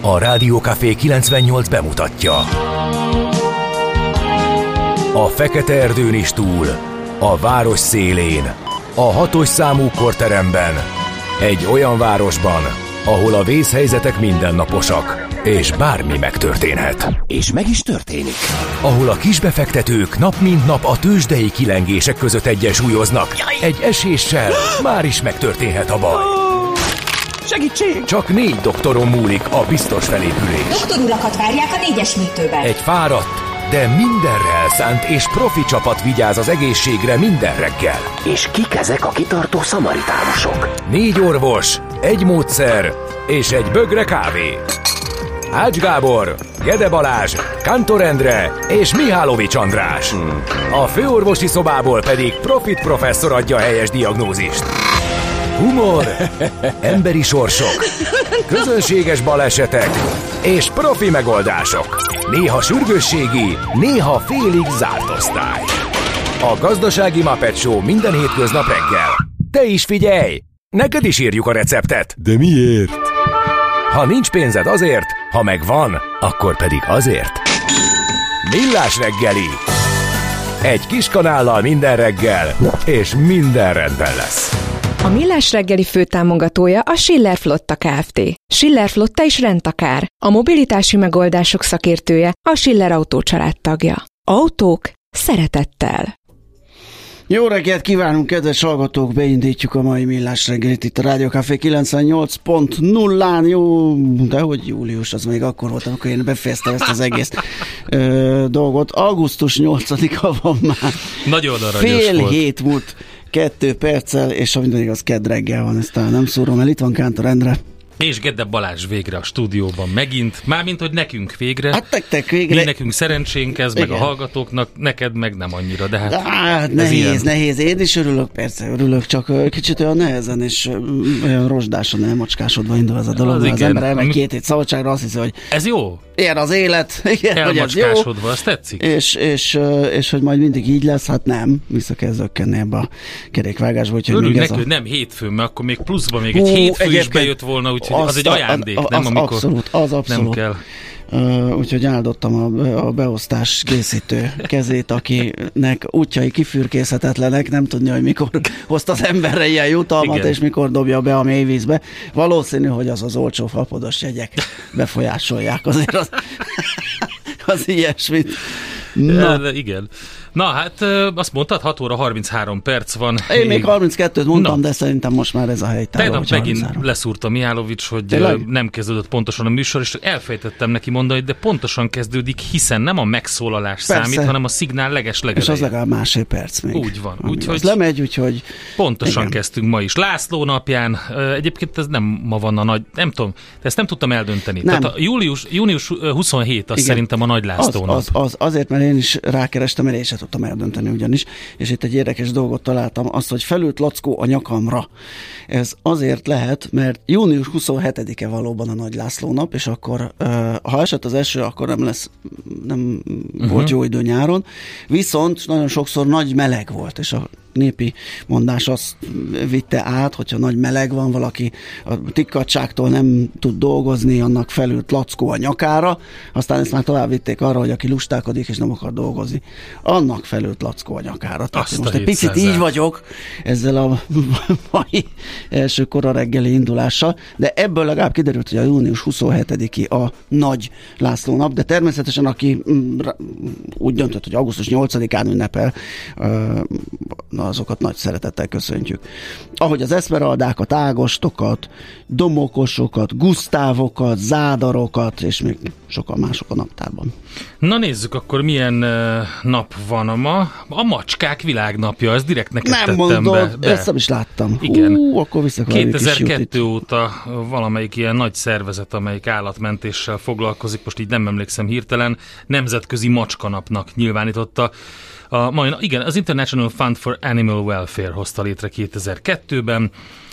A Rádió Café 98 bemutatja. A fekete erdőn is túl, a város szélén, a 6-os számú korteremben, egy olyan városban, ahol a vészhelyzetek mindennaposak, és bármi megtörténhet. És meg is történik. Ahol a kisbefektetők nap mint nap a tőzsdei kilengések között egyensúlyoznak. Egy eséssel már is megtörténhet a baj. Segítség! Csak 4 doktoron múlik a biztos felépülés. Doktor urakat várják a 4-es műtőben. Egy fáradt, de mindenre elszánt és profi csapat vigyáz az egészségre minden reggel. És kik ezek a kitartó szamaritánusok? 4 orvos, egy módszer és egy bögre kávé. Ács Gábor, Gede Balázs, Kántor Endre és Mihálovics András. A főorvosi szobából pedig Profit professzor adja a helyes diagnózist. Humor, emberi sorsok, közönséges balesetek és profi megoldások. Néha sürgősségi, néha félig zárt osztály. A Gazdasági Muppet Show minden hétköznap reggel. Te is figyelj! Neked is írjuk a receptet. De miért? Ha nincs pénzed azért, ha megvan, akkor pedig azért. Millás reggeli. Egy kis kanállal minden reggel, és minden rendben lesz. A Millás reggeli főtámogatója a Schiller Flotta Kft. Schiller Flotta is rendtakár. A mobilitási megoldások szakértője, a Schiller Autó család tagja. Autók szeretettel. Jó reggelt kívánunk, kedves hallgatók! Beindítjuk a mai Millás reggelit itt a Rádió Café 98.0-án. Jó, de hogy július, az még akkor volt, amikor én befejeztem ezt az egész dolgot. Augusztus 8-a van már. Nagyon aranyos Fél volt. hét múlt 2 perccel, és ha minden igaz, kedd reggel van, ezt talán nem szórom el. Itt van Kántor Endre. És Gede Balázs végre a stúdióban megint. Mármint, hogy nekünk végre. Hát nektek végre. Mi nekünk szerencsénk ez, meg a hallgatóknak, neked meg nem annyira, de hát nehéz. Én is örülök, persze örülök, csak kicsit olyan nehezen és olyan rozsdáson, elmacskásodva indul ez a dolog. Az ember elmegy 2 hét szabadságra, azt hiszi, hogy ez jó. Ilyen az élet, igen, hogy ez jó. Elmacskásodva, azt tetszik? És hogy majd mindig így lesz, hát nem. Vissza kell zökkenni ebbe a kerékvágásba. Örülj neki, hogy nem hétfőn, mert akkor még pluszban még egy hétfő is bejött volna, úgyhogy az egy ajándék, nem amikor abszolút. nem kell. Úgyhogy áldottam a beosztás készítő kezét, akinek útjai kifürkészhetetlenek, nem tudni, hogy mikor hozta az emberre ilyen jutalmat, igen, és mikor dobja be a mélyvízbe. Valószínű, hogy az olcsó fapodos jegyek befolyásolják azért az ilyesmit. Na. Igen. Na hát azt mondtad, 6 óra 33 perc van. Én még 32-t mondtam, de szerintem most már ez a helytálló. Tegnap megint leszúrta Mihálovics, hogy nem kezdődött pontosan a műsor, és elfejtettem neki mondani, de pontosan kezdődik, hiszen nem a megszólalás számít, hanem a szignál legelején. És az legalább másfél perc még. Úgy van. Úgyhogy lemegy, úgyhogy... Pontosan igen, kezdtünk ma is. László napján, egyébként ez nem ma van a nagy, nem tudom, de ezt nem tudtam eldönteni. Nem. Tehát a június 27 az szerintem a nagy László nap. Azért, mert én is rákerestem, mert én sem tudtam eldönteni ugyanis, és itt egy érdekes dolgot találtam, azt, hogy felült Lackó a nyakamra. Ez azért lehet, mert június 27-e valóban a Nagy László nap, és akkor, ha esett az eső, akkor nem volt jó idő nyáron, viszont nagyon sokszor nagy meleg volt, és a népi mondás azt vitte át, hogyha nagy meleg van, valaki a tikkadságtól nem tud dolgozni, annak felült Lackó a nyakára, aztán ezt már tovább vitték arra, hogy aki lustálkodik és nem akar dolgozni, annak felült Lackó a nyakára. Tehát most egy picit így vagyok ezzel a mai első kora reggeli indulással, de ebből legalább kiderült, hogy a június 27-i a Nagy László nap, de természetesen aki úgy döntött, hogy augusztus 8-án ünnepel, azokat nagy szeretettel köszöntjük. Ahogy az eszmeraldákat, ágostokat, domokosokat, gusztávokat, zádarokat, és még sokan mások a naptárban. Na nézzük akkor, milyen nap van ma. A macskák világnapja, ez direkt neked nem tettem mondod, be. ezt nem is láttam. Igen. Akkor 2002 óta valamelyik ilyen nagy szervezet, amelyik állatmentéssel foglalkozik, most így nem emlékszem hirtelen, nemzetközi macskanapnak nyilvánította. Igen, az International Fund for Animal Welfare hozta létre 2002-ben,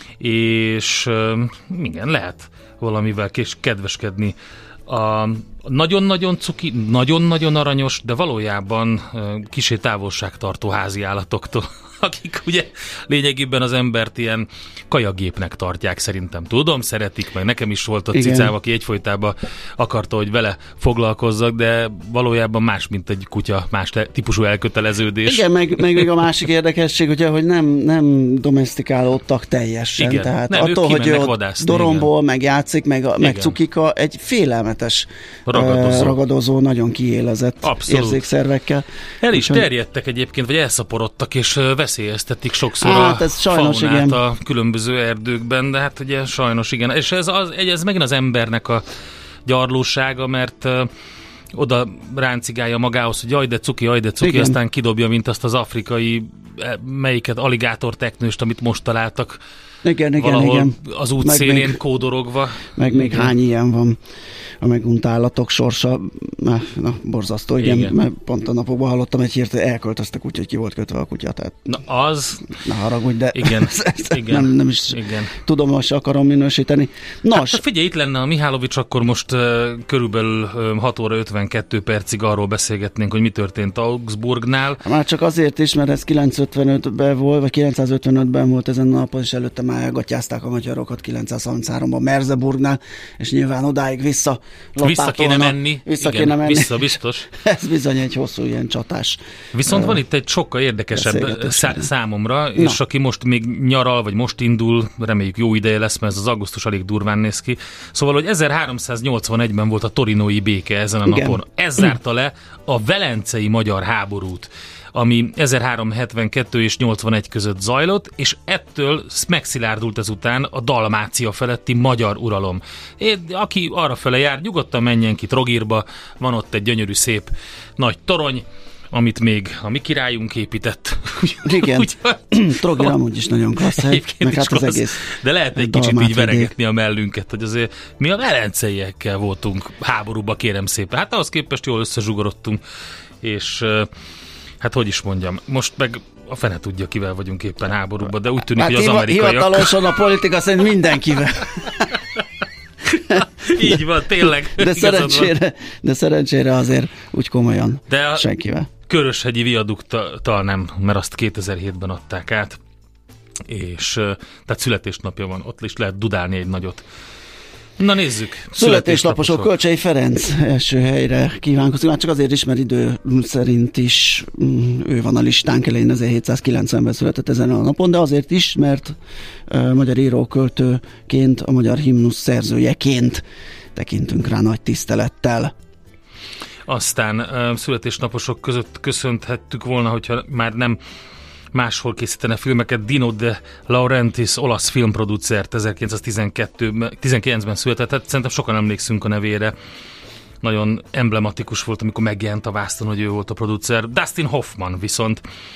és igen, lehet valamivel kedveskedni a nagyon-nagyon cuki, nagyon-nagyon aranyos, de valójában kissé távolságtartó házi állatoktól. akik ugye lényegében az embert ilyen kajagépnek tartják szerintem. Tudom, szeretik, meg nekem is volt a cicám, aki egyfolytában akarta, hogy vele foglalkozzak, de valójában más, mint egy kutya, más típusú elköteleződés. Igen, meg még a másik érdekesség, ugye, hogy nem domestikálódtak teljesen. Igen. Tehát nem, attól, hogy ő dorombol, meg játszik, meg cukika, egy félelmetes ragadozó, nagyon kiélezett érzékszervekkel. El is terjedtek egyébként, vagy elszaporodtak, és veszélyeztetik sokszor ez sajnos, faunát igen. a különböző erdőkben, de hát ugye sajnos igen. És ez megint az embernek a gyarlósága, mert oda ráncigálja magához, hogy jaj de cuki, igen. Aztán kidobja, mint azt az afrikai, melyiket, alligátorteknőst, amit most találtak. Igen. Az út szélén kódorogva. Meg még hány ilyen van a megunt állatok sorsa. Borzasztó, igen. Mert pont a napokban hallottam egy hírt, hogy elköltöztek úgy, hogy ki volt kötve a kutya. Tehát ne haragudj, de igen. Nem is tudom, hogy se akarom minősíteni. Nos. Hát figyelj, itt lenne a Mihálovics, akkor most körülbelül 6 óra 52 percig arról beszélgetnénk, hogy mi történt Augsburgnál. Már csak azért is, mert ez 955-ben volt, vagy 955-ben volt ezen a napon, és előtte már elgatyázták a magyarokat 933-ban Merseburgnál, és nyilván odáig vissza kéne menni. Vissza biztos. Ez bizony egy hosszú ilyen csatás. Viszont van itt egy sokkal érdekesebb számomra, és aki most még nyaral, vagy most indul, reméljük jó ideje lesz, mert ez az augusztus elég durván néz ki. Szóval, hogy 1381-ben volt a torinói béke ezen a napon. Ez zárta le a velencei magyar háborút, ami 1372 és 81 között zajlott, és ettől megszilárdult ezután a Dalmácia feletti magyar uralom. Aki arrafele jár, nyugodtan menjen ki Trogirba, van ott egy gyönyörű szép nagy torony, amit még a mi királyunk épített. Igen, Trogir amúgy is nagyon klassz, meg hát az egész. De lehet egy kicsit így veregetni a mellünket, hogy azért mi a velenceiekkel voltunk háborúba, kérem szépen. Hát ahhoz képest jól összezsugorodtunk, és hát hogy is mondjam, most meg a fene tudja, kivel vagyunk éppen háborúban, de úgy tűnik, hogy az amerikaiak... Hivatalosan a politika szerint mindenkivel. Így van, tényleg. De szerencsére azért úgy komolyan senkivel. Köröshegyi viaduktal nem, mert azt 2007-ben adták át, és tehát születésnapja van, ott is lehet dudálni egy nagyot. Na nézzük. Születésnaposok, Kölcsey Ferenc első helyre kívánkozik. Már csak azért is, mert idő szerint is ő van a listánk elején, 1790-ben született ezen a napon, de azért is, mert magyar íróköltőként, a magyar himnusz szerzőjeként tekintünk rá nagy tisztelettel. Aztán születésnaposok között köszönthettük volna, hogyha már nem máshol készítene filmeket. Dino De Laurentiis, olasz filmproducert, 1919-ben született, hát szerintem sokan emlékszünk a nevére. Nagyon emblematikus volt, amikor megjelent a vászton, hogy ő volt a producer. Dustin Hoffman viszont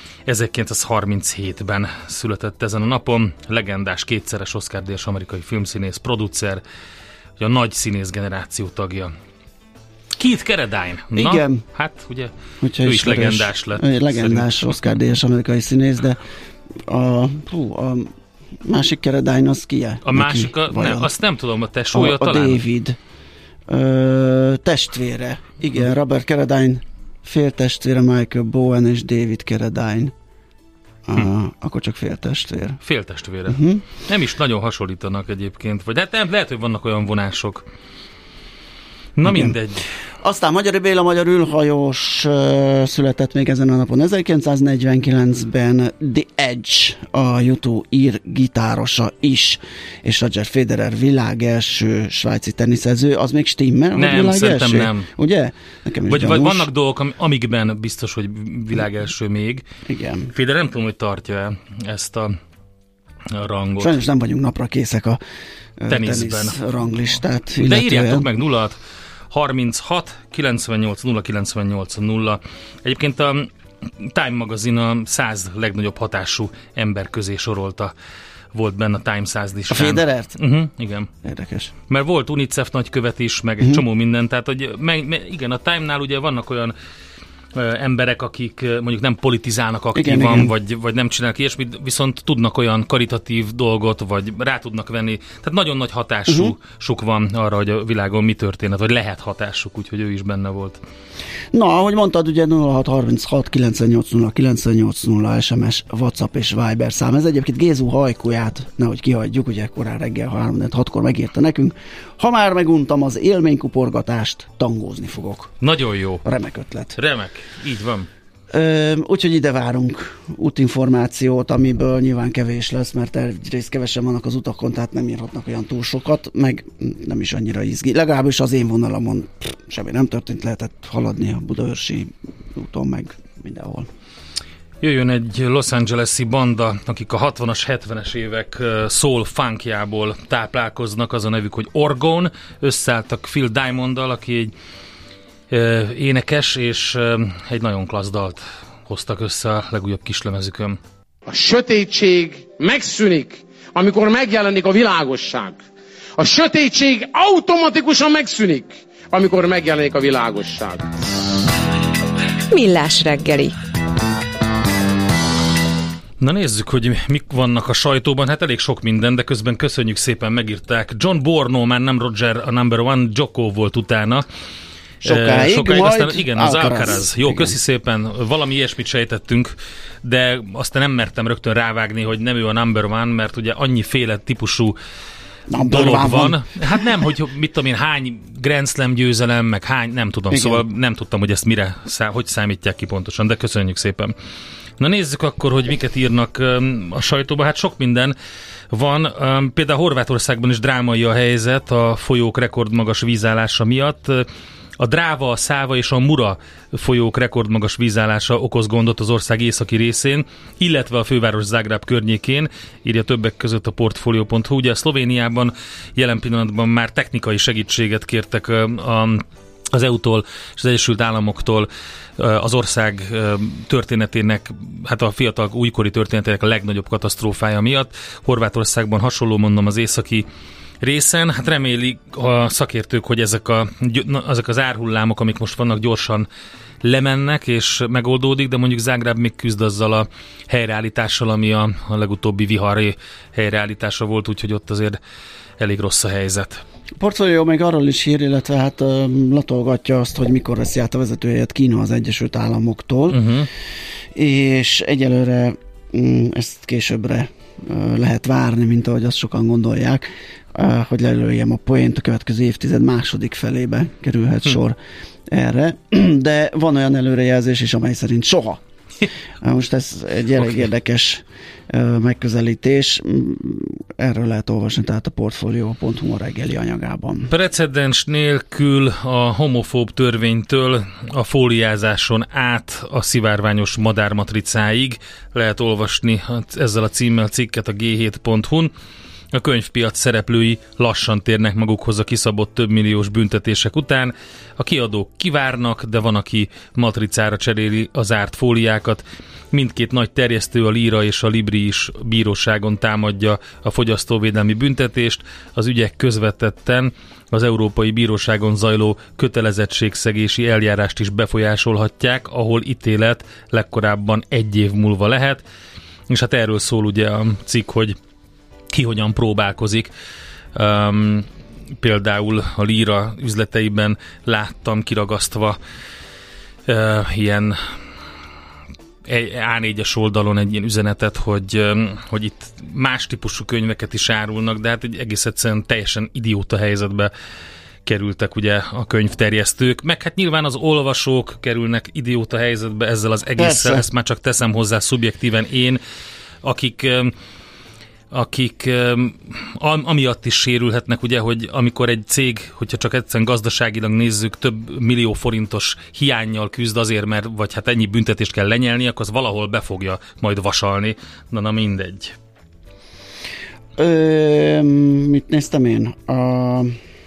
1937-ben született ezen a napon, legendás, kétszeres Oscar-díjas amerikai filmszínész, producer, a nagy színész generáció tagja. Keith Carradine. Na, igen. Hát ugye ő is legendás lett. Legendás Oscar-díjas amerikai színész, de a másik Carradine az ki-e? A másik, azt nem tudom, a tesója talán? A David testvére. Igen, Robert Carradine féltestvére, Michael Bowen és David Carradine. Akkor csak féltestvér. Féltestvére. Nem is nagyon hasonlítanak egyébként, vagy hát nem, lehet, hogy vannak olyan vonások. Na igen. Mindegy. Aztán Magyari Béla, magyar űrhajós született még ezen a napon. 1949-ben The Edge, a U2 ír gitárosa is, és Roger Federer világelső svájci teniszező, az még stimmel? Nem, szerintem nem. Ugye? Nekem is vagy vannak dolgok, amikben biztos, hogy világelső még. Igen. Federer nem tudom, hogy tartja ezt a rangot. Sajnos nem vagyunk napra készek a tenisz ranglistát. De írjátok meg 36 98 0 98 0. Egyébként a Time magazin a 100 legnagyobb hatású ember közé sorolta. Volt benne a Time 100 listán. A Federert? Igen. Érdekes. Mert volt UNICEF nagykövet is, meg egy csomó minden. Tehát, hogy igen, a Time-nál ugye vannak olyan emberek, akik mondjuk nem politizálnak aktívan, igen. Vagy nem csinálnak ilyesmit, viszont tudnak olyan karitatív dolgot, vagy rá tudnak venni. Tehát nagyon nagy hatásuk van arra, hogy a világon mi történet, vagy lehet hatásuk, úgyhogy ő is benne volt. Na, ahogy mondtad, ugye 0636 980 980 SMS, WhatsApp és Viber szám. Ez egyébként Gézu hajkóját, nehogy kihagyjuk, ugye korán reggel 3-6-kor megírta nekünk. Ha már meguntam az élménykuporgatást, tangózni fogok. Nagyon jó. Remek ötlet. Remek, így van. Úgyhogy ide várunk útinformációt, amiből nyilván kevés lesz, mert egyrészt kevesen vannak az utakon, tehát nem írhatnak olyan túl sokat, meg nem is annyira izgi. Legalábbis az én vonalamon semmi nem történt, lehetett haladni a Budaörsi úton, meg mindenhol. Jöjjön egy Los Angeles-i banda, akik a 60-as, 70-es évek soul funkjából táplálkoznak, az a nevük, hogy Orgone. Összeálltak Phil Diamonddal, aki egy énekes, és egy nagyon klassz dalt hoztak össze a legújabb kislemezükön. A sötétség megszűnik, amikor megjelenik a világosság. A sötétség automatikusan megszűnik, amikor megjelenik a világosság. Millás reggeli. Na nézzük, hogy mik vannak a sajtóban. Hát elég sok minden, de közben köszönjük szépen, megírták. John Borno, már nem Roger a number one, Joko volt utána. Sokáig aztán igen, az Alcaraz. Jó, igen. Köszi szépen. Valami ilyesmit sejtettünk, de aztán nem mertem rögtön rávágni, hogy nem ő a number one, mert ugye annyiféle típusú dolog van. Hát nem, hogy mit tudom én, hány Grand Slam győzelem, meg hány, nem tudom. Igen. Szóval nem tudtam, hogy ezt mire, hogy számítják ki pontosan, de köszönjük szépen. Na nézzük akkor, hogy miket írnak a sajtóban. Hát sok minden van. Például Horvátországban is drámai a helyzet a folyók rekordmagas vízállása miatt. A Dráva, a Száva és a Mura folyók rekordmagas vízállása okoz gondot az ország északi részén, illetve a főváros Zágráb környékén, írja többek között a Portfolio.hu. Ugye a Szlovéniában jelen pillanatban már technikai segítséget kértek az EU-tól és az Egyesült Államoktól az ország történetének, hát a fiatal újkori történetének a legnagyobb katasztrófája miatt. Horvátországban hasonló, mondom, az északi részen. Hát remélik a szakértők, hogy ezek az árhullámok, amik most vannak, gyorsan lemennek és megoldódik, de mondjuk Zágráb még küzd azzal a helyreállítással, ami a legutóbbi vihar helyreállítása volt, úgyhogy ott azért elég rossz a helyzet. A Portfolio még arról is hír, illetve hát latolgatja azt, hogy mikor veszi át a vezetőhelyet Kína az Egyesült Államoktól, és egyelőre ezt későbbre lehet várni, mint ahogy azt sokan gondolják, hogy lelőjem a poént, a következő évtized második felébe kerülhet sor erre, de van olyan előrejelzés is, amely szerint soha. Most ez egy elég érdekes megközelítés, erről lehet olvasni, tehát a Portfolio.hu reggeli anyagában. Precedens nélkül a homofób törvénytől a fóliázáson át a szivárványos madármatricáig lehet olvasni ezzel a címmel cikket a G7.hu-n. A könyvpiac szereplői lassan térnek magukhoz a kiszabott több milliós büntetések után. A kiadók kivárnak, de van, aki matricára cseréli a zárt fóliákat. Mindkét nagy terjesztő, a Líra és a Libri is bíróságon támadja a fogyasztóvédelmi büntetést. Az ügyek közvetetten az Európai Bíróságon zajló kötelezettségszegési eljárást is befolyásolhatják, ahol ítélet legkorábban 1 év múlva lehet. És hát erről szól ugye a cikk, hogy ki hogyan próbálkozik. Például a Líra üzleteiben láttam kiragasztva ilyen A4-es oldalon egy ilyen üzenetet, hogy itt más típusú könyveket is árulnak, de hát egy egész egyszerűen teljesen idióta helyzetbe kerültek ugye a könyvterjesztők, meg hát nyilván az olvasók kerülnek idióta helyzetbe ezzel az egésszel, persze. Ezt már csak teszem hozzá szubjektíven én, akik amiatt is sérülhetnek, ugye, hogy amikor egy cég, hogyha csak egyszerűen gazdaságilag nézzük, több millió forintos hiánnyal küzd azért, mert vagy hát ennyi büntetést kell lenyelni, akkor az valahol be fogja majd vasalni. Na mindegy. Mit néztem én? A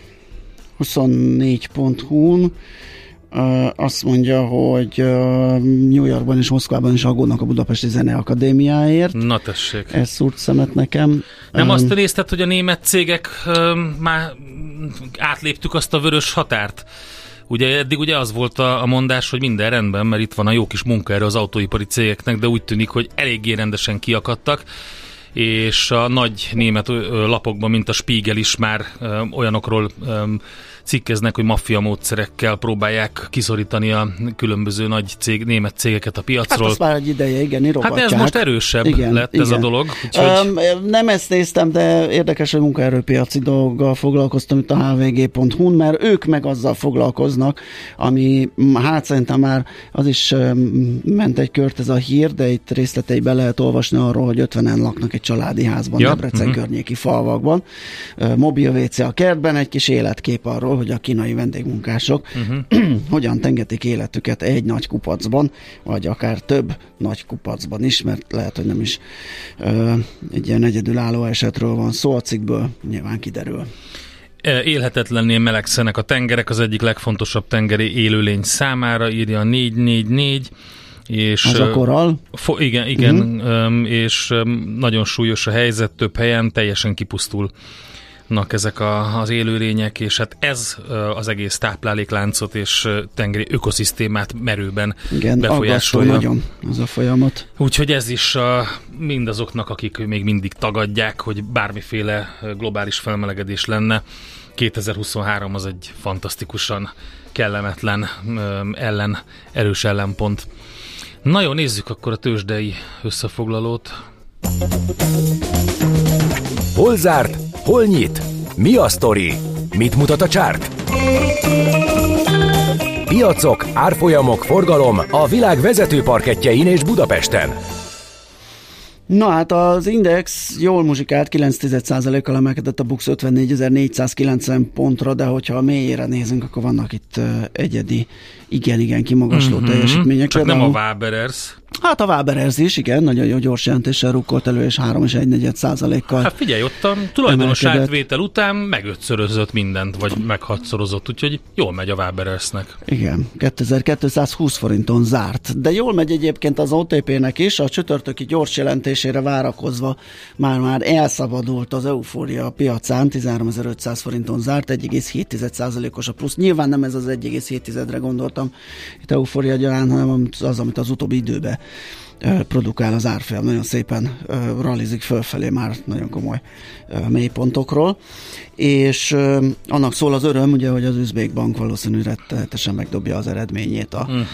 24.hu-n azt mondja, hogy New Yorkban és Moszkvában is aggódnak a Budapesti Zeneakadémiáért. Na tessék. Ez szúrt szemet nekem. Nem azt nézted, hogy a német cégek már átléptük azt a vörös határt? Ugye eddig ugye az volt a mondás, hogy minden rendben, mert itt van a jó kis munkaerő az autóipari cégeknek, de úgy tűnik, hogy eléggé rendesen kiakadtak, és a nagy német lapokban, mint a Spiegel is már olyanokról cikkeznek, hogy maffia módszerekkel próbálják kiszorítani a különböző nagy német cégeket a piacról. Hát azt már egy ideje, igen, írogatják. Hát ez most erősebb lett ez a dolog. Úgyhogy... Nem ezt néztem, de érdekes, hogy munkaerőpiaci dolggal foglalkoztam itt a hvg.hu-n, mert ők meg azzal foglalkoznak, ami hát szerintem már az is ment egy kört ez a hír, de itt részleteiben lehet olvasni arról, hogy 50-en laknak egy családi házban, Debrecen környéki falvakban. Mobil WC a kertben, egy kis életkép arról, hogy a kínai vendégmunkások hogyan tengetik életüket egy nagy kupacban, vagy akár több nagy kupacban is, mert lehet, hogy nem is egy ilyen egyedülálló esetről van szó, a cikkből nyilván kiderül. Élhetetlenné melegszenek a tengerek, az egyik legfontosabb tengeri élőlény számára, írja a 444, és az a korall? Igen, és nagyon súlyos a helyzet, több helyen teljesen kipusztul ezek az élőlények, és hát ez az egész táplálékláncot és tengeri ökoszisztémát merőben befolyásolja. Nagyon az a folyamat. Úgyhogy ez is mindazoknak, akik még mindig tagadják, hogy bármiféle globális felmelegedés lenne. 2023 az egy fantasztikusan kellemetlen erős ellenpont. Na jó, nézzük akkor a tőzsdei összefoglalót. Hol zárt? Hol nyit? Mi a sztori? Mit mutat a csárt? Piacok, árfolyamok, forgalom a világ vezető parkettjein és Budapesten. Na hát az Index jól muzsikált, 9,1%-kal emelkedett a BUX 54.490 pontra, de hogyha a mélyére nézünk, akkor vannak itt egyedi, igen kimagasló teljesítmények. Csak nem a Waberers. Hát a Waberers is, igen, nagyon jó gyors jelentéssel rukkolt elő, és 3,1%-kal. Hát figyelj, ott a tulajdonos átvétel után megötszörözött mindent, vagy meghatszorozott, úgyhogy jól megy a Waberersnek. Igen, 2220 forinton zárt. De jól megy egyébként az OTP-nek is, a csütörtöki gyors jelentésére várakozva már elszabadult az eufória a piacán, 13.500 forinton zárt, 1,7%-os a plusz. Nyilván nem ez az 1,7-re gondoltam itt eufória gyaránt, hanem az, amit az utóbbi időben produkál az árfolyam. Nagyon szépen rallizik fölfelé már nagyon komoly mélypontokról. És annak szól az öröm, ugye, hogy az Üzbék Bank valószínűleg rettenetesen megdobja az eredményét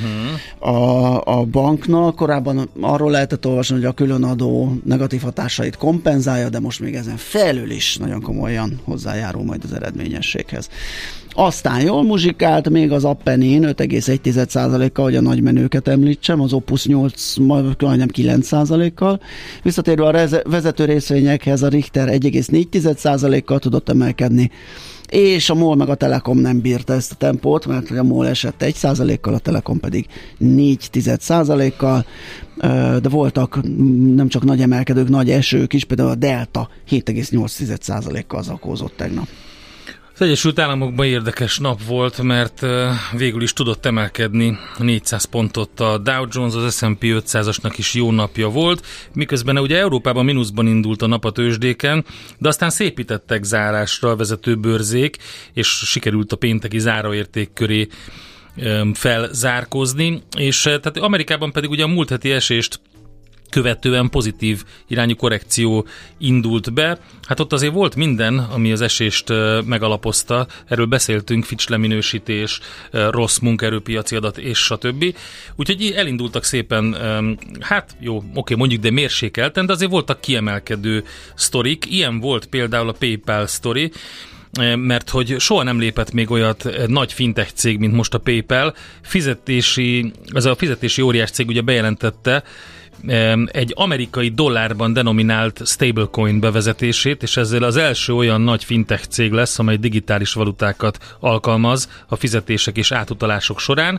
a banknak. Korábban arról lehetett olvasni, hogy a különadó negatív hatásait kompenzálja, de most még ezen felül is nagyon komolyan hozzájárul majd az eredményességhez. Aztán jól muzsikált még az Appenin 5,1%-kal, hogy a nagy menőket említsem, az Opus 8, majdnem 9%-kal. Visszatérve a vezető részvényekhez, a Richter 1,4%-kal tudott emelkedni, és a MOL meg a Telekom nem bírta ezt a tempót, mert a MOL esett 1%-kal, a Telekom pedig 4,1%-kal, de voltak nem csak nagy emelkedők, nagy esők is, például a Delta 7,8%-kal zakózott tegnap. Az Egyesült Államokban érdekes nap volt, mert végül is tudott emelkedni 400 pontot a Dow Jones, az S&P 500-asnak is jó napja volt, miközben ugye Európában mínuszban indult a nap a tőzsdéken, de aztán szépítettek zárásra a vezető bőrzék, és sikerült a pénteki záróérték köré felzárkózni, és tehát Amerikában pedig ugye a múlt heti esést követően pozitív irányú korrekció indult be. Hát ott azért volt minden, ami az esést megalapozta. Erről beszéltünk, Fitch leminősítés, rossz munkaerőpiaci adat és stb. Úgyhogy elindultak szépen, hát jó, oké, mondjuk, de mérsékelten, de azért voltak kiemelkedő sztorik. Ilyen volt például a PayPal sztori, mert hogy soha nem lépett még olyat nagy fintech cég, mint most a PayPal. Ez a fizetési óriás cég ugye bejelentette egy amerikai dollárban denominált stablecoin bevezetését, és ezzel az első olyan nagy fintech cég lesz, amely digitális valutákat alkalmaz a fizetések és átutalások során.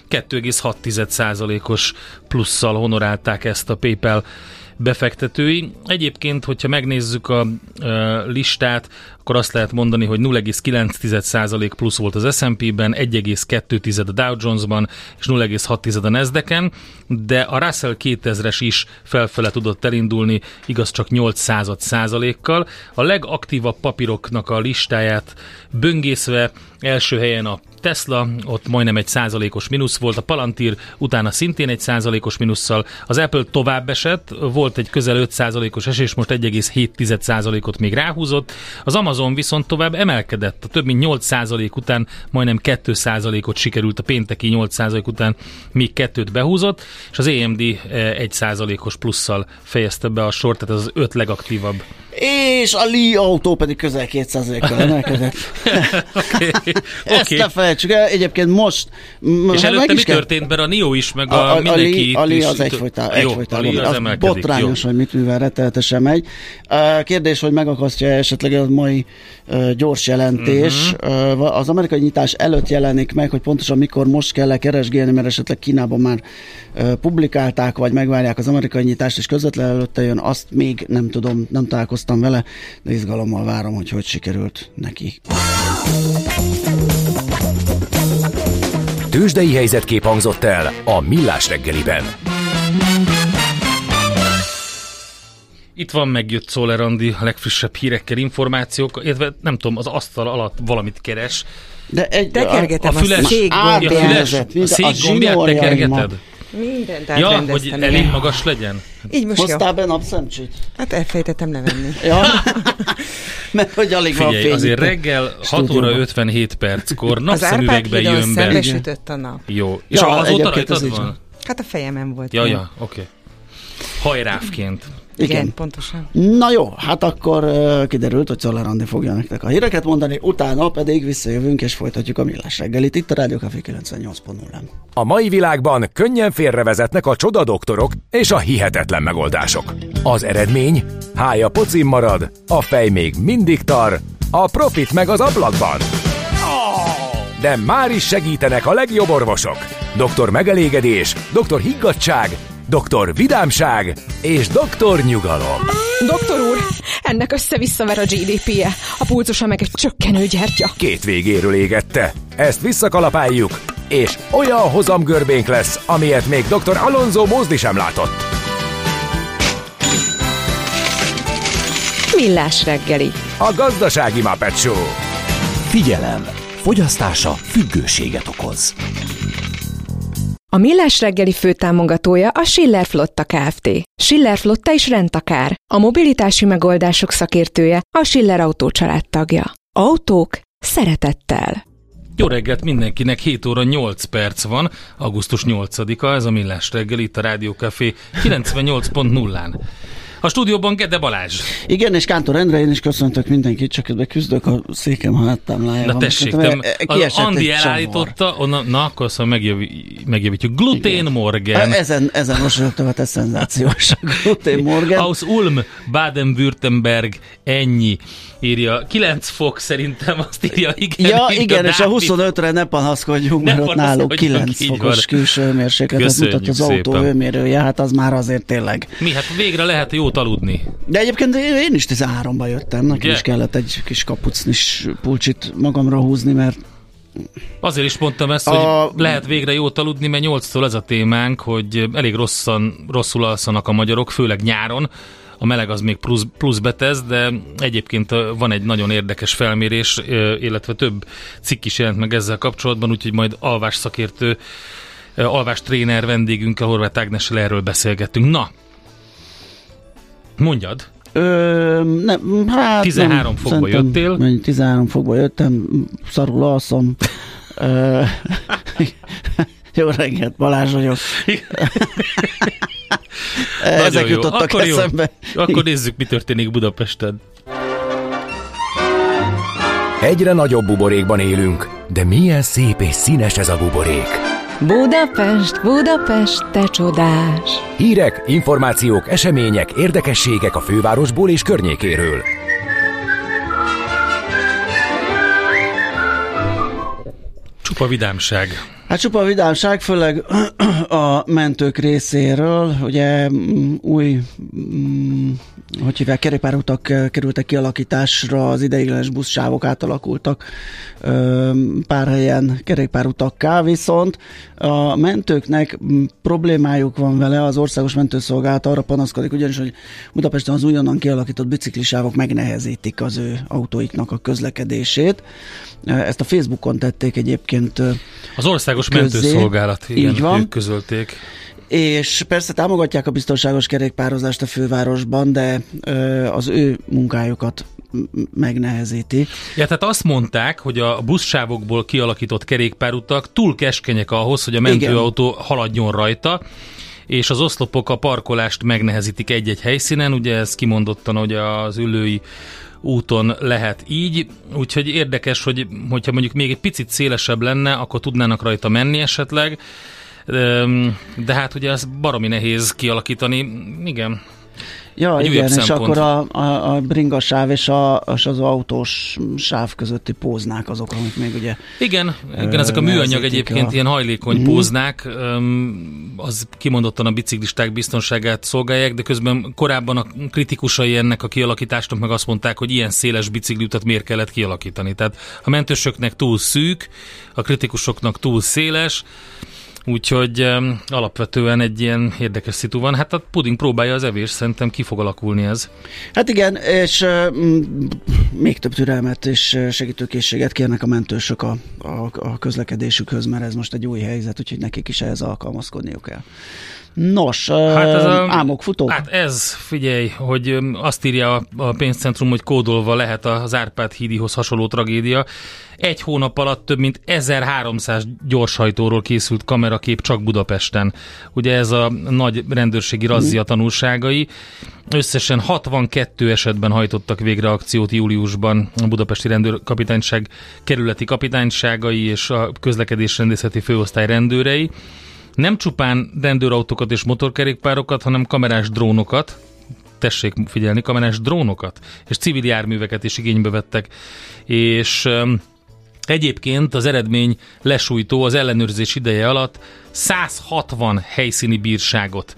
2,6%-os plusszal honorálták ezt a PayPal befektetői. Egyébként, hogyha megnézzük a listát, akkor azt lehet mondani, hogy 0,9% plusz volt az S&P-ben, 1,2 a Dow Jones-ban, és 0,6 a Nasdaq-en, de a Russell 2000-es is felfele tudott elindulni, igaz csak 0,08%-kal. A legaktívabb papíroknak a listáját böngészve első helyen a Tesla, ott majdnem 1%-os mínusz volt, a Palantir utána szintén 1%-os mínusszal, az Apple tovább esett, volt egy közel 5%-os esés, most 1,7%-ot még ráhúzott, az Amazon viszont tovább emelkedett, a több mint 8% után majdnem 2%-ot sikerült, a pénteki 8% után még 2-t behúzott, és az AMD 1%-os plusszal fejezte be a sort, tehát az 5 legaktívabb. És a Li Auto pedig közel 2%-kal emelkedett. Ezt ne felejtsük el, egyébként most... És előtte mi történt, mert a NIO is, meg a mindenki... A Li az egyfolytában. Az botrányos, hogy mit művel, rettenetesen megy. Kérdés, hogy megakasztja esetleg a mai gyors jelentés. Az amerikai nyitás előtt jelenik meg, hogy pontosan mikor most kell keresgélni, mert esetleg Kínában már publikálták, vagy megvárják az amerikai nyitást, és közvetlen előtte jön, azt még nem tudom, nem találkoztam vele, de izgalommal várom, hogy sikerült neki. Tőzsdei helyzetkép hangzott el a Millás reggeliben. Itt van, megjött Czoller Andi a legfrissebb hírekkel, információk, illetve nem tudom, az asztal alatt valamit keres. De a füles székgombját tekergeted? Mindent átrendeztem. Ja, hogy elég magas legyen? Így most hoztál be napszemcsit? Hát elfejtettem levenni. Ja, mert hogy alig van fény. Azért reggel 6 óra 57 perckor napszemüvegbe jön be. Az Árpád hídon szembesütött a nap. Jó. És azóta rajtad van? Hát a fejemen volt. Ja, oké. Hajrávként. Igen, pontosan. Na jó, hát akkor kiderült, hogy Czoller Andi fogja nektek a híreket mondani, utána pedig visszajövünk és folytatjuk a Millás reggelit itt a Rádió Café 98.0-án. A mai világban könnyen félrevezetnek a csodadoktorok és a hihetetlen megoldások. Az eredmény? Hája pocim marad, a fej még mindig tar, a profit meg az ablakban. De már is segítenek a legjobb orvosok. Doktor Megelégedés, Doktor Higgadtság, Doktor Vidámság és Doktor Nyugalom. Doktor úr, ennek össze-visszaver a GDP-je, a pulzusa meg egy csökkenő gyertya. Két végéről égette. Ezt visszakalapáljuk, és olyan hozamgörbénk lesz, amilyet még Dr. Alonso Mózdi sem látott. Millás reggeli. A gazdasági Muppet Show. Figyelem! Fogyasztása függőséget okoz. A Millás reggeli főtámogatója a Schiller Flotta Kft. Schiller Flotta és rendtakár. A mobilitási megoldások szakértője, a Schiller Autó családtagja. Autók szeretettel. Jó reggelt mindenkinek, 7 óra 8 perc van, augusztus 8-a, ez a Millás reggel itt a Rádió Café 98.0-án. A stúdióban Gede Balázs. Igen, és Kántor Endre, én is köszöntök mindenkit, csak ebben küzdök a székem háttámlájával. Na tessék, az Andi elállította, na akkor szóval megjavítjuk. Glutén Morgen. Ezen most rögtön, ez szenzációs. Glutén Morgen. Aus Ulm, Baden-Württemberg, ennyi. Írja, 9 fok szerintem, azt írja, igen. Ja, igen, és a 25-re ne panaszkodjunk, mert ott náluk 9 fokos külső hőmérsékletet mutat az autó hőmérője, hát az már azért tényleg. Mi, hát végre lehet jót aludni. De egyébként én is 13-ban jöttem, nekem is kellett egy kis kapucnis pulcsit magamra húzni, mert azért is mondtam ezt, hogy lehet végre jót aludni, mert 8-tól ez a témánk, hogy elég rosszul alszanak a magyarok, főleg nyáron. A meleg az még pluszbe tesz, de egyébként van egy nagyon érdekes felmérés, illetve több cikk is jelent meg ezzel kapcsolatban, úgyhogy majd alvásszakértő, alvástréner vendégünkkel, Horváth Ágnessel erről beszélgettünk. Na, mondjad. Hát 13 fokba jöttél. 13 fokba jöttem, szarul alszom. Jó reggelt, Balázs vagyok. Ezek jutottak eszembe. Akkor nézzük, mi történik Budapesten. Egyre nagyobb buborékban élünk, de milyen szép és színes ez a buborék. Budapest, Budapest, te csodás! Hírek, információk, események, érdekességek a fővárosból és környékéről. Csupa vidámság. Hát csupa vidámság, főleg a mentők részéről. Ugye új hogy hívják, kerékpárutak kerültek kialakításra, az ideiglenes buszsávok átalakultak pár helyen kerékpárutakká, viszont a mentőknek problémájuk van vele, az Országos Mentőszolgálat arra panaszkodik, ugyanis, hogy Budapesten az újonnan kialakított biciklisávok megnehezítik az ő autóiknak a közlekedését. Ezt a Facebookon tették egyébként az Országos közzé. Mentőszolgálat, igen, ők közölték. És persze támogatják a biztonságos kerékpározást a fővárosban, de az ő munkájukat megnehezíti. Ja, tehát azt mondták, hogy a buszsávokból kialakított kerékpárutak túl keskenyek ahhoz, hogy a mentőautó haladjon rajta, és az oszlopok a parkolást megnehezítik egy-egy helyszínen, ugye ez kimondottan, hogy az Üllői úton lehet így, úgyhogy érdekes, hogyha mondjuk még egy picit szélesebb lenne, akkor tudnának rajta menni esetleg, de hát ugye ez baromi nehéz kialakítani, igen. Ja, igen, és akkor a bringasáv és az autós sáv közötti póznák azok, amik még ugye... Igen, ezek a műanyag egyébként ilyen hajlékony póznák, az kimondottan a biciklisták biztonságát szolgálják, de közben korábban a kritikusai ennek a kialakításnak meg azt mondták, hogy ilyen széles bicikliutat miért kellett kialakítani. Tehát a mentősöknek túl szűk, a kritikusoknak túl széles, úgyhogy alapvetően egy ilyen érdekes szitu van. Hát a puding próbálja az evés, szerintem ki fog alakulni ez. Hát igen, és még több türelmet és segítőkészséget kérnek a mentősök a közlekedésükhöz, mert ez most egy új helyzet, úgyhogy nekik is ehhez alkalmazkodniuk kell. Nos, hát ez álmokfutó? Hát ez, figyelj, hogy azt írja a pénzcentrum, hogy kódolva lehet az Árpád hídihoz hasonló tragédia. Egy hónap alatt több mint 1300 gyorshajtóról készült kamerakép csak Budapesten. Ugye ez a nagy rendőrségi razzia tanulságai. Összesen 62 esetben hajtottak végre akciót júliusban a Budapesti Rendőrkapitányság kerületi kapitányságai és a közlekedésrendészeti főosztály rendőrei. Nem csupán rendőrautókat és motorkerékpárokat, hanem kamerás drónokat, tessék figyelni, kamerás drónokat és civil járműveket is igénybe vettek, és egyébként az eredmény lesújtó, az ellenőrzés ideje alatt 160 helyszíni bírságot,